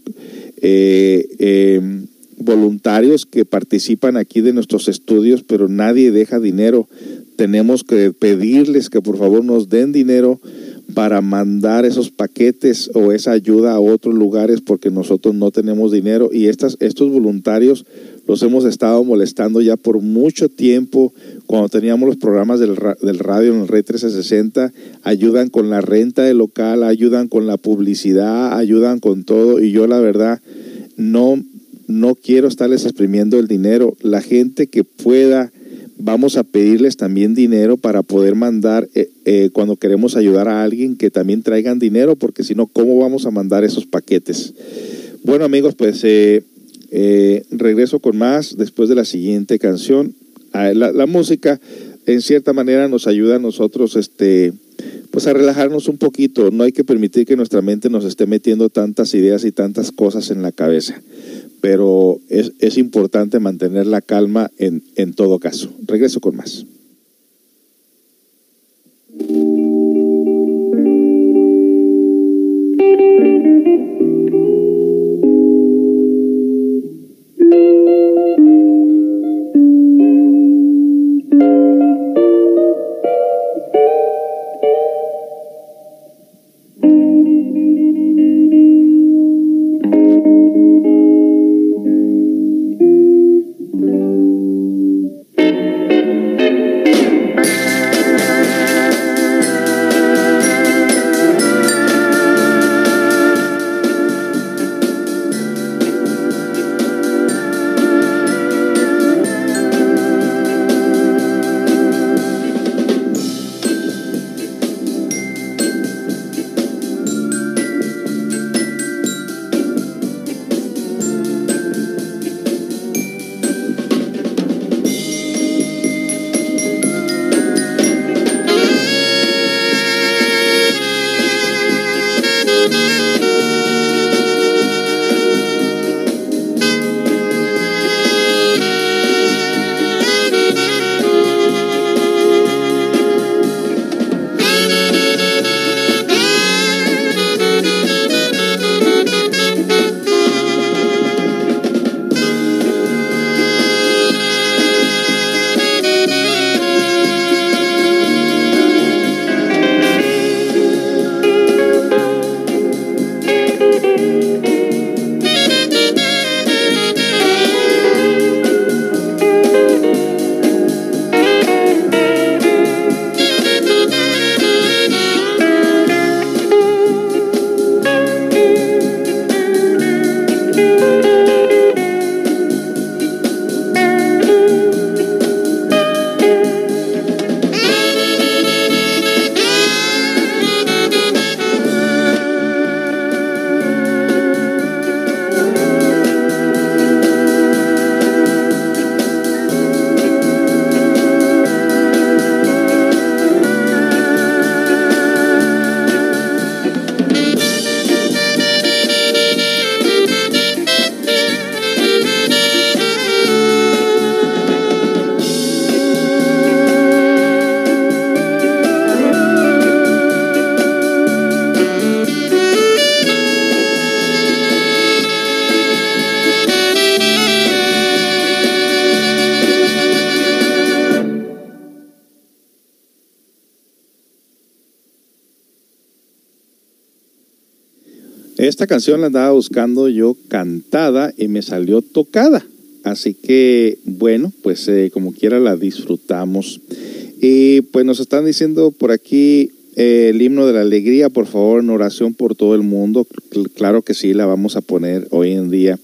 voluntarios que participan aquí de nuestros estudios, pero nadie deja dinero. Tenemos que pedirles que por favor nos den dinero para mandar esos paquetes o esa ayuda a otros lugares, porque nosotros no tenemos dinero. Y estos voluntarios los hemos estado molestando ya por mucho tiempo. Cuando teníamos los programas del radio en el Rey 1360, ayudan con la renta del local, ayudan con la publicidad, ayudan con todo. Y yo la verdad no quiero estarles exprimiendo el dinero. La gente que pueda, vamos a pedirles también dinero para poder mandar, cuando queremos ayudar a alguien, que también traigan dinero, porque si no, ¿cómo vamos a mandar esos paquetes? Bueno, amigos, pues regreso con más después de la siguiente canción. La música, en cierta manera, nos ayuda a nosotros pues a relajarnos un poquito. No hay que permitir que nuestra mente nos esté metiendo tantas ideas y tantas cosas en la cabeza. Pero es importante mantener la calma en todo caso. Regreso con más. Esta canción la andaba buscando yo cantada y me salió tocada. Así que, bueno, pues como quiera la disfrutamos. Y pues nos están diciendo por aquí el himno de la alegría, por favor, en oración por todo el mundo. Claro que sí, la vamos a poner hoy en día.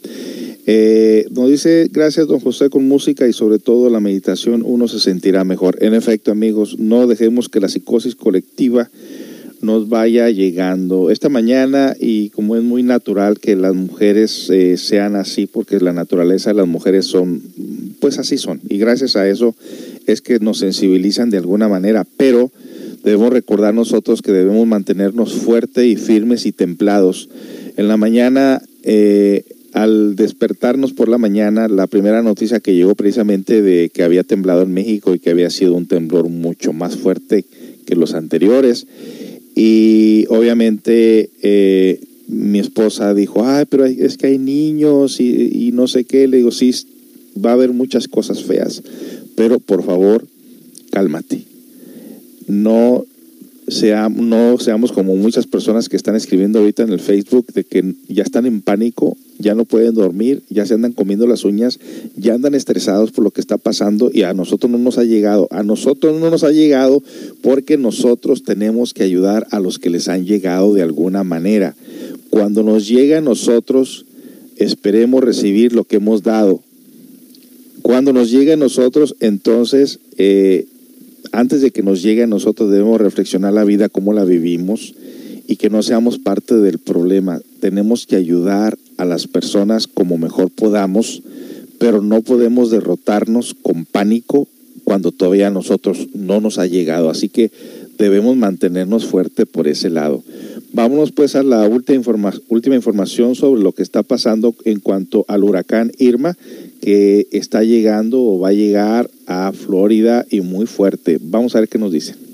Nos dice, gracias don José, con música y sobre todo la meditación uno se sentirá mejor. En efecto, amigos, no dejemos que la psicosis colectiva nos vaya llegando esta mañana, y como es muy natural que las mujeres sean así, porque la naturaleza de las mujeres son, pues así son, y gracias a eso es que nos sensibilizan de alguna manera, pero debemos recordar nosotros que debemos mantenernos fuertes y firmes y templados. En la mañana, al despertarnos por la mañana, la primera noticia que llegó precisamente de que había temblado en México y que había sido un temblor mucho más fuerte que los anteriores. Y obviamente mi esposa dijo, ay, pero es que hay niños y no sé qué. Le digo, sí, va a haber muchas cosas feas, pero por favor, cálmate. No seamos como muchas personas que están escribiendo ahorita en el Facebook de que ya están en pánico, ya no pueden dormir, ya se andan comiendo las uñas, ya andan estresados por lo que está pasando, y a nosotros no nos ha llegado. A nosotros no nos ha llegado porque nosotros tenemos que ayudar a los que les han llegado de alguna manera. Cuando nos llega a nosotros, esperemos recibir lo que hemos dado. Cuando nos llega a nosotros, entonces antes de que nos llegue a nosotros debemos reflexionar la vida, cómo la vivimos, y que no seamos parte del problema. Tenemos que ayudar a las personas como mejor podamos, pero no podemos derrotarnos con pánico cuando todavía a nosotros no nos ha llegado. Así que debemos mantenernos fuertes por ese lado. Vámonos pues a la última información sobre lo que está pasando en cuanto al huracán Irma, que está llegando o va a llegar a Florida y muy fuerte. Vamos a ver qué nos dicen.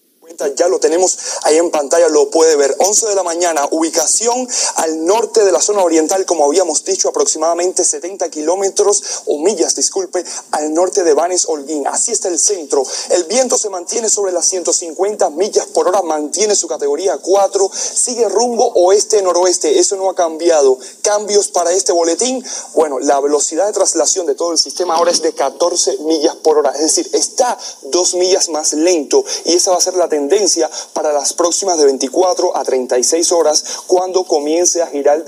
Ya lo tenemos ahí en pantalla, lo puede ver. 11 de la mañana, ubicación al norte de la zona oriental, como habíamos dicho, aproximadamente 70 kilómetros o millas, disculpe, al norte de Vanes, Holguín. Así está el centro. El viento se mantiene sobre las 150 millas por hora, mantiene su categoría 4, sigue rumbo oeste-noroeste. Eso no ha cambiado. Cambios para este boletín. Bueno, la velocidad de traslación de todo el sistema ahora es de 14 millas por hora. Es decir, está 2 millas más lento, y esa va a ser la tendencia para las próximas de 24 a 36 horas cuando comience a girar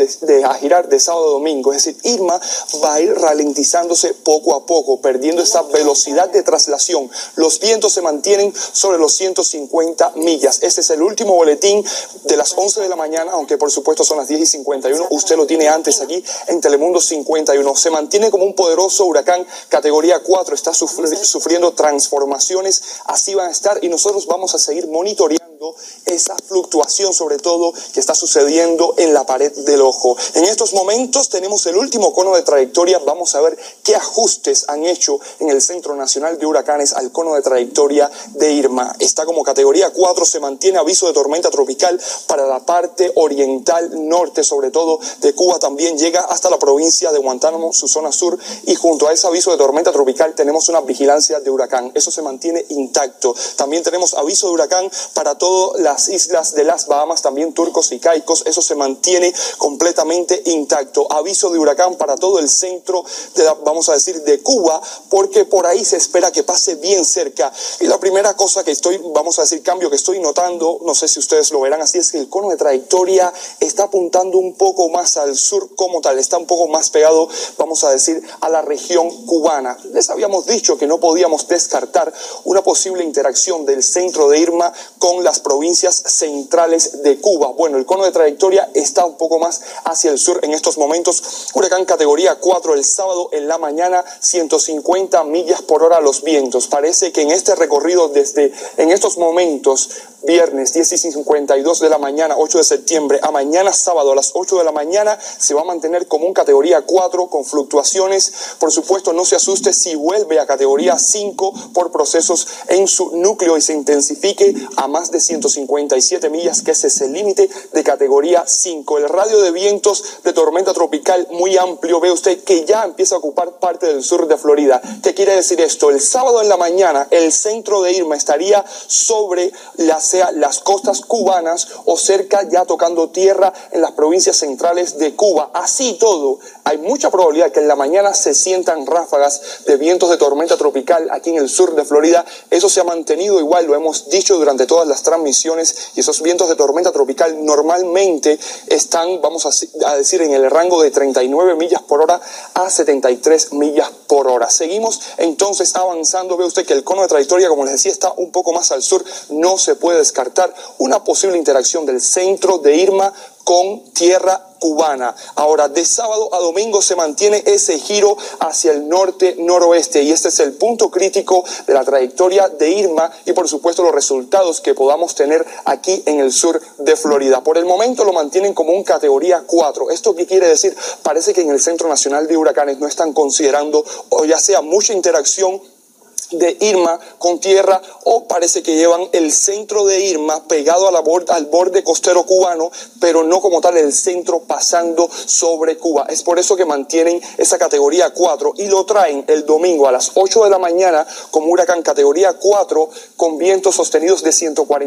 de sábado a domingo. Es decir, Irma va a ir ralentizándose poco a poco, perdiendo esa velocidad de traslación. Los vientos se mantienen sobre los 150 millas. Este es el último boletín de las 11 de la mañana, aunque por supuesto son las 10:51. Usted lo tiene antes aquí en Telemundo 51. Se mantiene como un poderoso huracán categoría 4. Está sufriendo transformaciones. Así van a estar, y nosotros vamos a seguir monitoreando esa fluctuación, sobre todo que está sucediendo en la pared del ojo. En estos momentos tenemos el último cono de trayectoria. Vamos a ver qué ajustes han hecho en el Centro Nacional de Huracanes al cono de trayectoria de Irma. Está como categoría 4, se mantiene aviso de tormenta tropical para la parte oriental norte, sobre todo de Cuba. También llega hasta la provincia de Guantánamo, su zona sur, y junto a ese aviso de tormenta tropical tenemos una vigilancia de huracán. Eso se mantiene intacto. También tenemos aviso de huracán para todas las islas de las Bahamas, también Turcos y Caicos. Eso se mantiene completamente intacto. Aviso de huracán para todo el centro vamos a decir, de Cuba, porque por ahí se espera que pase bien cerca. Y la primera cosa que cambio que estoy notando, no sé si ustedes lo verán así, es que el cono de trayectoria está apuntando un poco más al sur como tal, está un poco más pegado, vamos a decir, a la región cubana. Les habíamos dicho que no podíamos descartar una posible interacción del centro de Irma con las provincias centrales de Cuba. Bueno, el cono de trayectoria está un poco más hacia el sur en estos momentos. Huracán categoría 4 el sábado en la mañana, 150 millas por hora los vientos. Parece que en este recorrido en estos momentos, viernes 10:52 de la mañana, 8 de septiembre, a mañana sábado a las 8 de la mañana, se va a mantener como un categoría 4 con fluctuaciones. Por supuesto, no se asuste si vuelve a categoría 5 por procesos en su núcleo y se intensifique a más de 157 millas, que ese es el límite de categoría 5. El radio de vientos de tormenta tropical muy amplio, ve usted que ya empieza a ocupar parte del sur de Florida. ¿Qué quiere decir esto? El sábado en la mañana, el centro de Irma estaría sobre las costas cubanas o cerca, ya tocando tierra en las provincias centrales de Cuba. Así todo, hay mucha probabilidad que en la mañana se sientan ráfagas de vientos de tormenta tropical aquí en el sur de Florida. Eso se ha mantenido igual, lo hemos dicho durante todas las transmisiones, y esos vientos de tormenta tropical normalmente están, vamos a decir, en el rango de 39 millas por hora a 73 millas por hora. Seguimos entonces avanzando. Ve usted que el cono de trayectoria, como les decía, está un poco más al sur. No se puede descartar una posible interacción del centro de Irma con tierra cubana. Ahora, de sábado a domingo se mantiene ese giro hacia el norte-noroeste y este es el punto crítico de la trayectoria de Irma y por supuesto los resultados que podamos tener aquí en el sur de Florida. Por el momento lo mantienen como un categoría 4. ¿Esto qué quiere decir? Parece que en el Centro Nacional de Huracanes no están considerando o ya sea mucha interacción de Irma con tierra o parece que llevan el centro de Irma pegado al borde costero cubano, pero no como tal el centro pasando sobre Cuba. Es por eso que mantienen esa categoría 4 y lo traen el domingo a las 8 de la mañana como huracán categoría 4 con vientos sostenidos de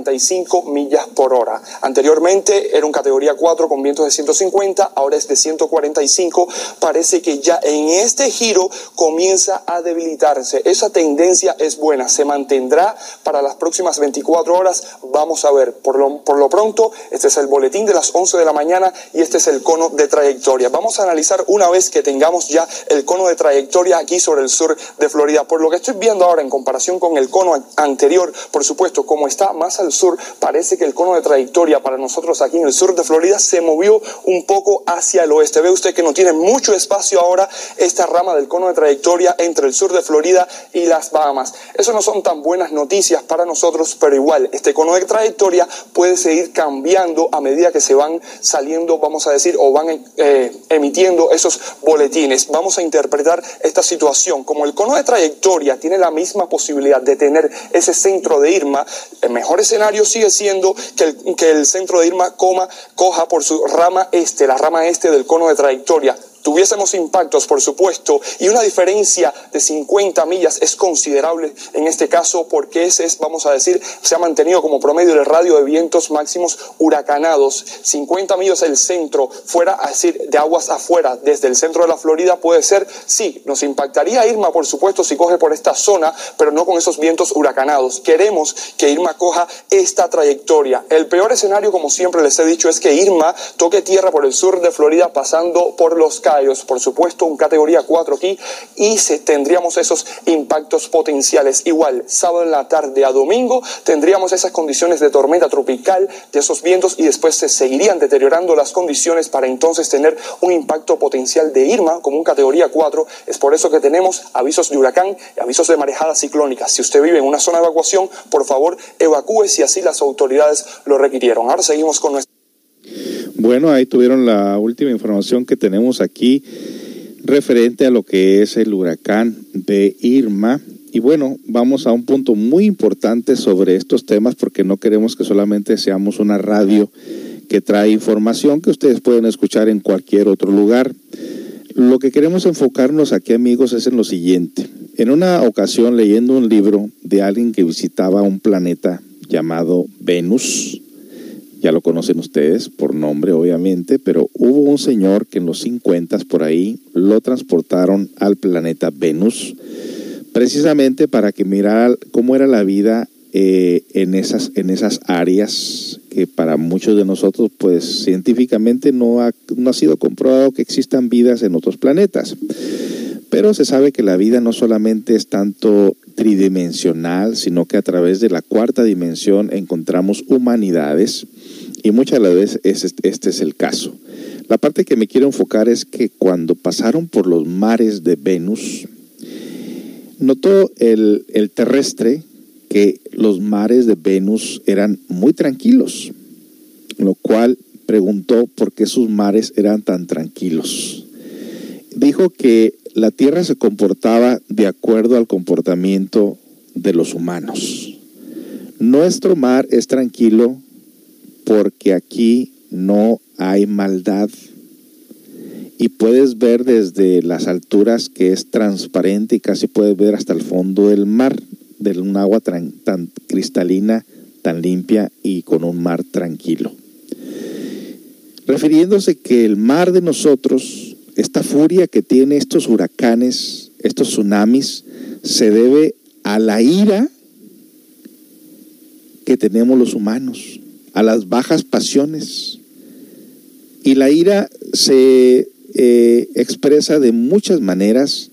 145 millas por hora. Anteriormente era un categoría 4 con vientos de 150, ahora es de 145. Parece que ya en este giro comienza a debilitarse. Esa tendencia es buena, se mantendrá para las próximas 24 horas, vamos a ver. Por lo pronto, este es el boletín de las 11 de la mañana y este es el cono de trayectoria. Vamos a analizar una vez que tengamos ya el cono de trayectoria aquí sobre el sur de Florida. Por lo que estoy viendo ahora en comparación con el cono anterior, por supuesto, como está más al sur, parece que el cono de trayectoria para nosotros aquí en el sur de Florida se movió un poco hacia el oeste. Ve usted que no tiene mucho espacio ahora esta rama del cono de trayectoria entre el sur de Florida y las Bahamas. Eso no son tan buenas noticias para nosotros, pero igual este cono de trayectoria puede seguir cambiando a medida que se van saliendo, vamos a decir, o van emitiendo esos boletines. Vamos a interpretar esta situación. Como el cono de trayectoria tiene la misma posibilidad de tener ese centro de Irma, el mejor escenario sigue siendo que el centro de Irma coja por su rama este, la rama este del cono de trayectoria. Tuviésemos impactos, por supuesto, y una diferencia de 50 millas es considerable en este caso porque ese es, vamos a decir, se ha mantenido como promedio del radio de vientos máximos huracanados. 50 millas el centro, fuera, a decir, de aguas afuera, desde el centro de la Florida puede ser, sí, nos impactaría Irma, por supuesto, si coge por esta zona, pero no con esos vientos huracanados. Queremos que Irma coja esta trayectoria. El peor escenario, como siempre les he dicho, es que Irma toque tierra por el sur de Florida pasando por los por supuesto un categoría 4 aquí y tendríamos esos impactos potenciales. Igual, sábado en la tarde a domingo tendríamos esas condiciones de tormenta tropical, de esos vientos y después se seguirían deteriorando las condiciones para entonces tener un impacto potencial de Irma como un categoría 4. Es por eso que tenemos avisos de huracán y avisos de marejada ciclónica. Si usted vive en una zona de evacuación, por favor evacúe si así las autoridades lo requirieron. Ahora seguimos con nuestro... Bueno, ahí tuvieron la última información que tenemos aquí referente a lo que es el huracán de Irma. Y bueno, vamos a un punto muy importante sobre estos temas porque no queremos que solamente seamos una radio que trae información que ustedes pueden escuchar en cualquier otro lugar. Lo que queremos enfocarnos aquí, amigos, es en lo siguiente. En una ocasión, leyendo un libro de alguien que visitaba un planeta llamado Venus, ya lo conocen ustedes por nombre, obviamente, pero hubo un señor que en los 50s por ahí lo transportaron al planeta Venus, precisamente para que mirara cómo era la vida en esas áreas que para muchos de nosotros, pues científicamente no ha sido comprobado que existan vidas en otros planetas. Pero se sabe que la vida no solamente es tanto tridimensional, sino que a través de la cuarta dimensión encontramos humanidades y muchas de las veces este es el caso. La parte que me quiero enfocar es que cuando pasaron por los mares de Venus, notó el terrestre que los mares de Venus eran muy tranquilos, lo cual preguntó por qué sus mares eran tan tranquilos. Dijo que la Tierra se comportaba de acuerdo al comportamiento de los humanos. Nuestro mar es tranquilo porque aquí no hay maldad y puedes ver desde las alturas que es transparente y casi puedes ver hasta el fondo del mar, de un agua tan cristalina, tan limpia y con un mar tranquilo. Refiriéndose que el mar de nosotros, esta furia que tiene estos huracanes, estos tsunamis, se debe a la ira que tenemos los humanos, a las bajas pasiones. Y la ira se expresa de muchas maneras: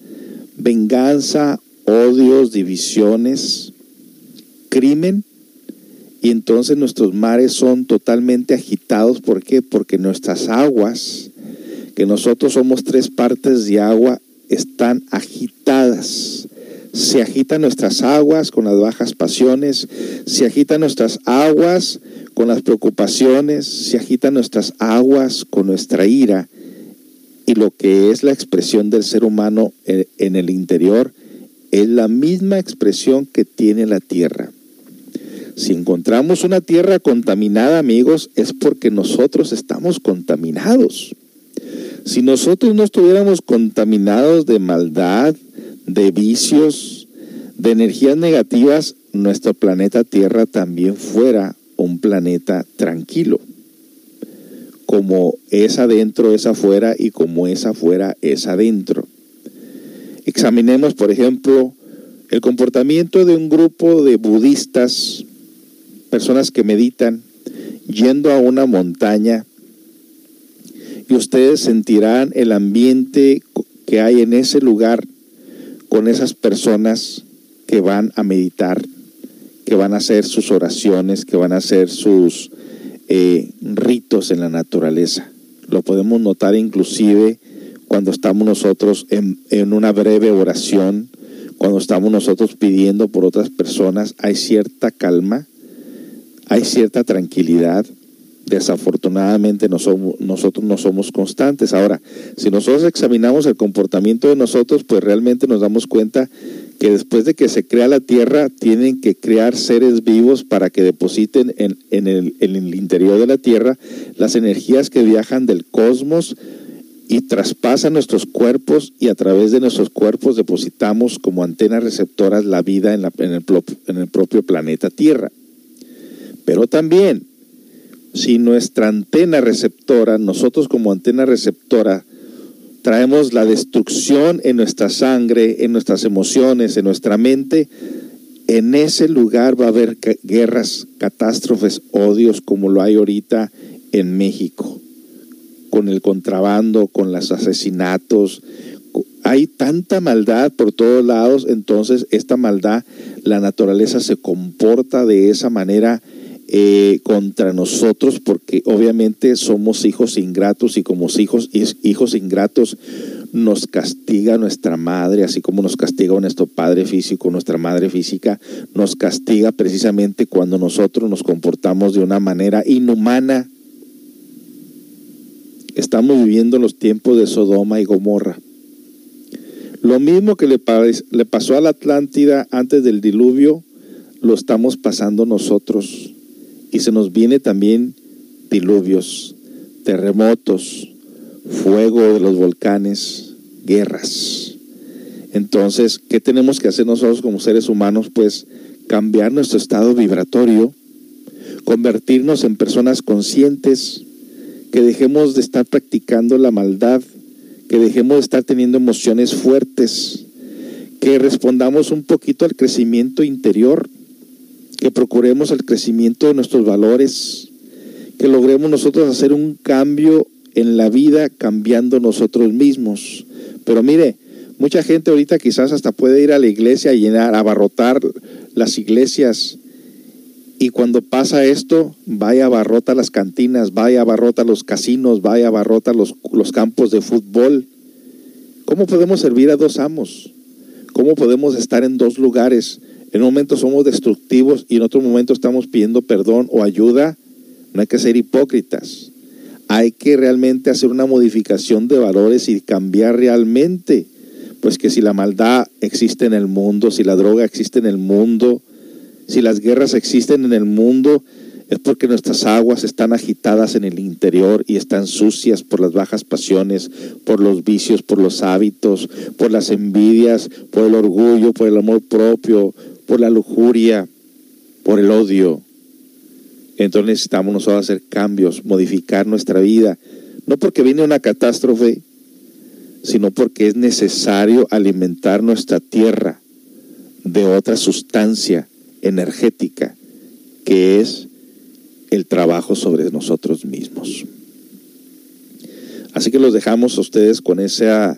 venganza, odios, divisiones, crimen y entonces nuestros mares son totalmente agitados. ¿Por qué? Porque nuestras aguas, que nosotros somos 3 partes de agua, están agitadas. Se agitan nuestras aguas con las bajas pasiones, se agitan nuestras aguas con las preocupaciones, se agitan nuestras aguas con nuestra ira, y lo que es la expresión del ser humano en el interior es la misma expresión que tiene la tierra. Si encontramos una tierra contaminada, amigos, es porque nosotros estamos contaminados. Si nosotros no estuviéramos contaminados de maldad, de vicios, de energías negativas, nuestro planeta Tierra también fuera un planeta tranquilo. Como es adentro, es afuera, y como es afuera, es adentro. Examinemos, por ejemplo, el comportamiento de un grupo de budistas, personas que meditan, yendo a una montaña, y ustedes sentirán el ambiente que hay en ese lugar con esas personas que van a meditar, que van a hacer sus oraciones, que van a hacer sus ritos en la naturaleza. Lo podemos notar inclusive cuando estamos nosotros en una breve oración, cuando estamos nosotros pidiendo por otras personas, hay cierta calma, hay cierta tranquilidad. Desafortunadamente nosotros no somos constantes. Ahora, si nosotros examinamos el comportamiento de nosotros, pues realmente nos damos cuenta que después de que se crea la tierra, tienen que crear seres vivos para que depositen en el interior de la tierra las energías que viajan del cosmos y traspasan nuestros cuerpos, y a través de nuestros cuerpos depositamos como antenas receptoras la vida en el propio planeta Tierra. Pero también, si nuestra antena receptora, nosotros como antena receptora, traemos la destrucción en nuestra sangre, en nuestras emociones, en nuestra mente, en ese lugar va a haber guerras, catástrofes, odios, como lo hay ahorita en México, con el contrabando, con los asesinatos. Hay tanta maldad por todos lados. Entonces esta maldad, la naturaleza se comporta de esa manera contra nosotros, porque obviamente somos hijos ingratos, y como hijos ingratos nos castiga nuestra madre, así como nos castiga nuestro padre físico, nuestra madre física, nos castiga precisamente cuando nosotros nos comportamos de una manera inhumana. Estamos viviendo los tiempos de Sodoma y Gomorra. Lo mismo que le pasó a la Atlántida antes del diluvio, lo estamos pasando nosotros. Y se nos viene también diluvios, terremotos, fuego de los volcanes, guerras. Entonces, ¿qué tenemos que hacer nosotros como seres humanos? Pues cambiar nuestro estado vibratorio, convertirnos en personas conscientes, que dejemos de estar practicando la maldad, que dejemos de estar teniendo emociones fuertes, que respondamos un poquito al crecimiento interior, que procuremos el crecimiento de nuestros valores, que logremos nosotros hacer un cambio en la vida cambiando nosotros mismos. Pero mire, mucha gente ahorita quizás hasta puede ir a la iglesia y abarrotar las iglesias, y cuando pasa esto, vaya abarrota las cantinas, vaya abarrota los casinos, vaya abarrota los campos de fútbol. ¿Cómo podemos servir a dos amos? ¿Cómo podemos estar en dos lugares? En un momento somos destructivos y en otro momento estamos pidiendo perdón o ayuda. No hay que ser hipócritas. Hay que realmente hacer una modificación de valores y cambiar realmente. Pues que si la maldad existe en el mundo, si la droga existe en el mundo, si las guerras existen en el mundo, es porque nuestras aguas están agitadas en el interior y están sucias por las bajas pasiones, por los vicios, por los hábitos, por las envidias, por el orgullo, por el amor propio, por la lujuria, por el odio. Entonces necesitamos nosotros hacer cambios, modificar nuestra vida, no porque viene una catástrofe, sino porque es necesario alimentar nuestra tierra de otra sustancia energética, que es el trabajo sobre nosotros mismos. Así que los dejamos a ustedes con esa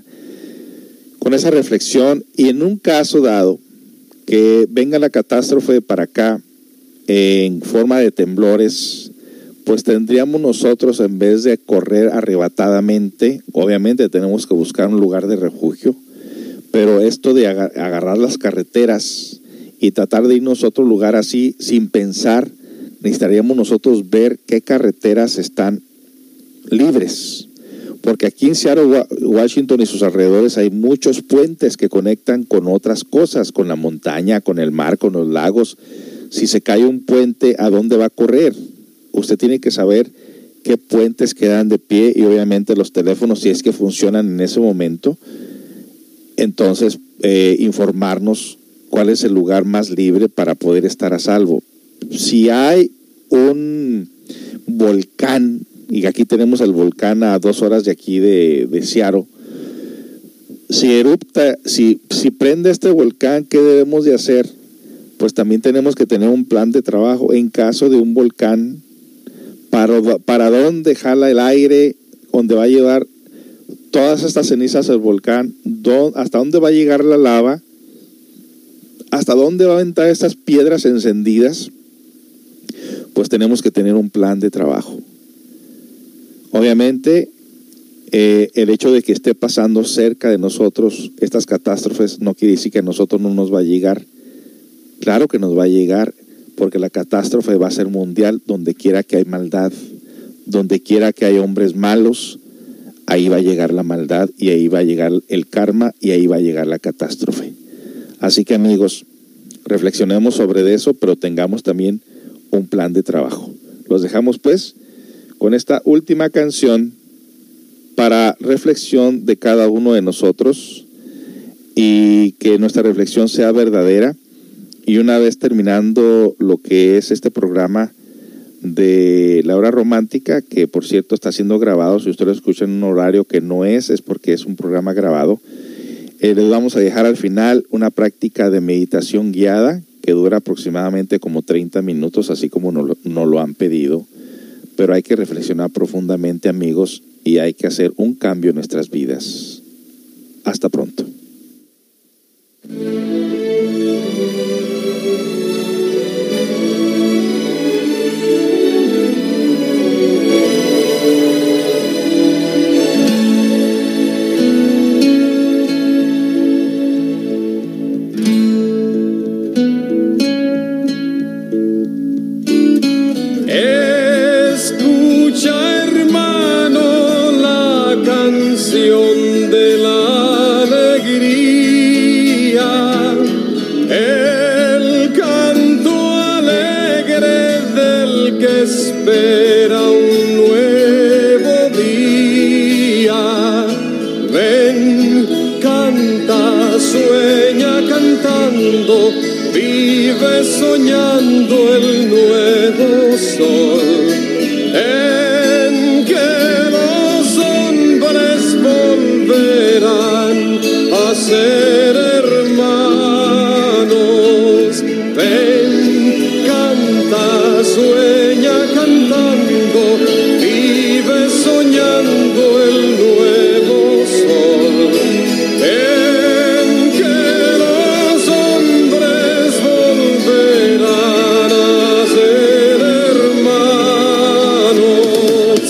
reflexión, y en un caso dado que venga la catástrofe para acá, en forma de temblores, pues tendríamos nosotros, en vez de correr arrebatadamente, obviamente tenemos que buscar un lugar de refugio, pero esto de agarrar las carreteras y tratar de irnos a otro lugar así, sin pensar, necesitaríamos nosotros ver qué carreteras están libres. Porque aquí en Seattle, Washington y sus alrededores hay muchos puentes que conectan con otras cosas, con la montaña, con el mar, con los lagos. Si se cae un puente, ¿a dónde va a correr? Usted tiene que saber qué puentes quedan de pie y obviamente los teléfonos, si es que funcionan en ese momento, entonces informarnos cuál es el lugar más libre para poder estar a salvo. Si hay un volcán, y aquí tenemos el volcán a 2 horas de aquí de Seattle, si erupta, si prende este volcán, ¿qué debemos de hacer? Pues también tenemos que tener un plan de trabajo en caso de un volcán, para dónde jala el aire, dónde va a llevar todas estas cenizas del volcán, hasta dónde va a llegar la lava, hasta dónde va a aventar estas piedras encendidas. Pues tenemos que tener un plan de trabajo. Obviamente, el hecho de que esté pasando cerca de nosotros estas catástrofes no quiere decir que a nosotros no nos va a llegar. Claro que nos va a llegar, porque la catástrofe va a ser mundial. Donde quiera que hay maldad, donde quiera que hay hombres malos, ahí va a llegar la maldad y ahí va a llegar el karma y ahí va a llegar la catástrofe. Así que, amigos, reflexionemos sobre eso, pero tengamos también un plan de trabajo. Los dejamos pues con esta última canción para reflexión de cada uno de nosotros, y que nuestra reflexión sea verdadera. Y una vez terminando lo que es este programa de La Hora Romántica, que por cierto está siendo grabado, si usted lo escucha en un horario que no es porque es un programa grabado, les vamos a dejar al final una práctica de meditación guiada que dura aproximadamente como 30 minutos, así como nos lo han pedido. Pero hay que reflexionar profundamente, amigos, y hay que hacer un cambio en nuestras vidas. Hasta pronto. De la alegría, el canto alegre del que espera un nuevo día. Ven, canta, sueña cantando, vive soñando el nuevo sol. En que volverán a ser hermanos. Ven, canta, sueña cantando, vive soñando el nuevo sol. En que los hombres volverán a ser hermanos.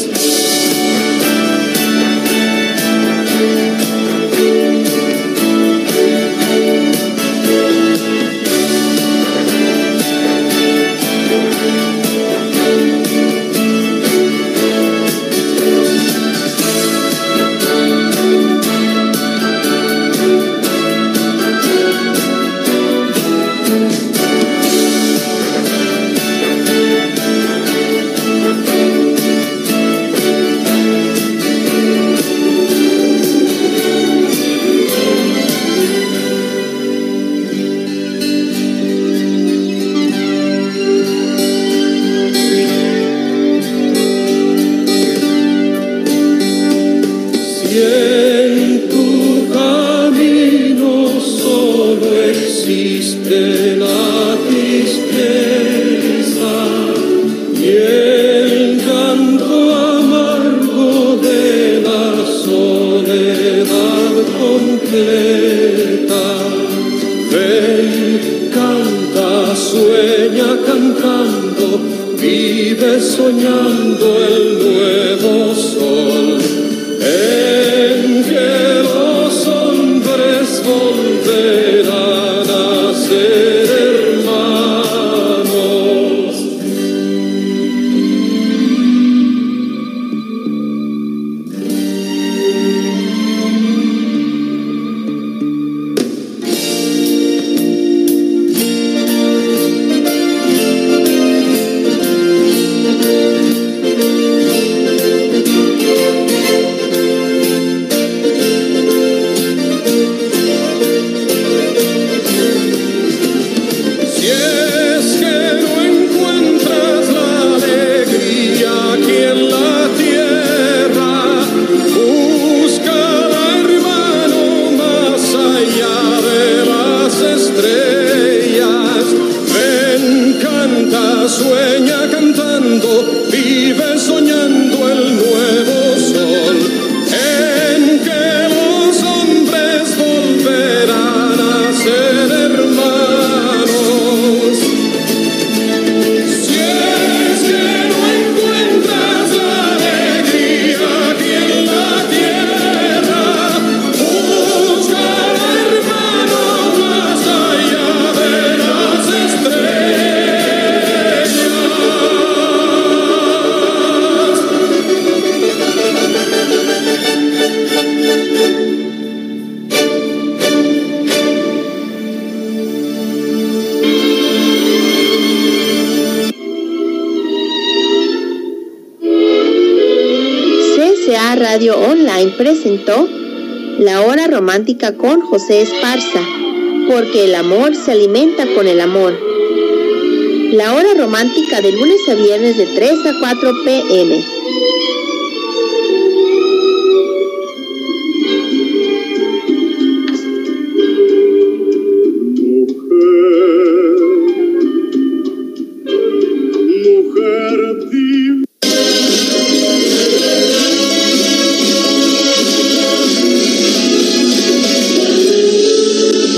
Ven, canta, sueña cantando. vive soñando el nuevo sol, en que los hombres volverán a ser hermanos. Sueña cantando, vive soñando el nuevo sol, en que los hombres volverán a ser hermanos. Si es que no encuentras la alegría aquí en la tierra, busca al hermano más allá de las estrellas. CCA Radio Online presentó La Hora Romántica con José Esparza, porque el amor se alimenta con el amor. La Hora Romántica de lunes a viernes de 3 a 4 p.m.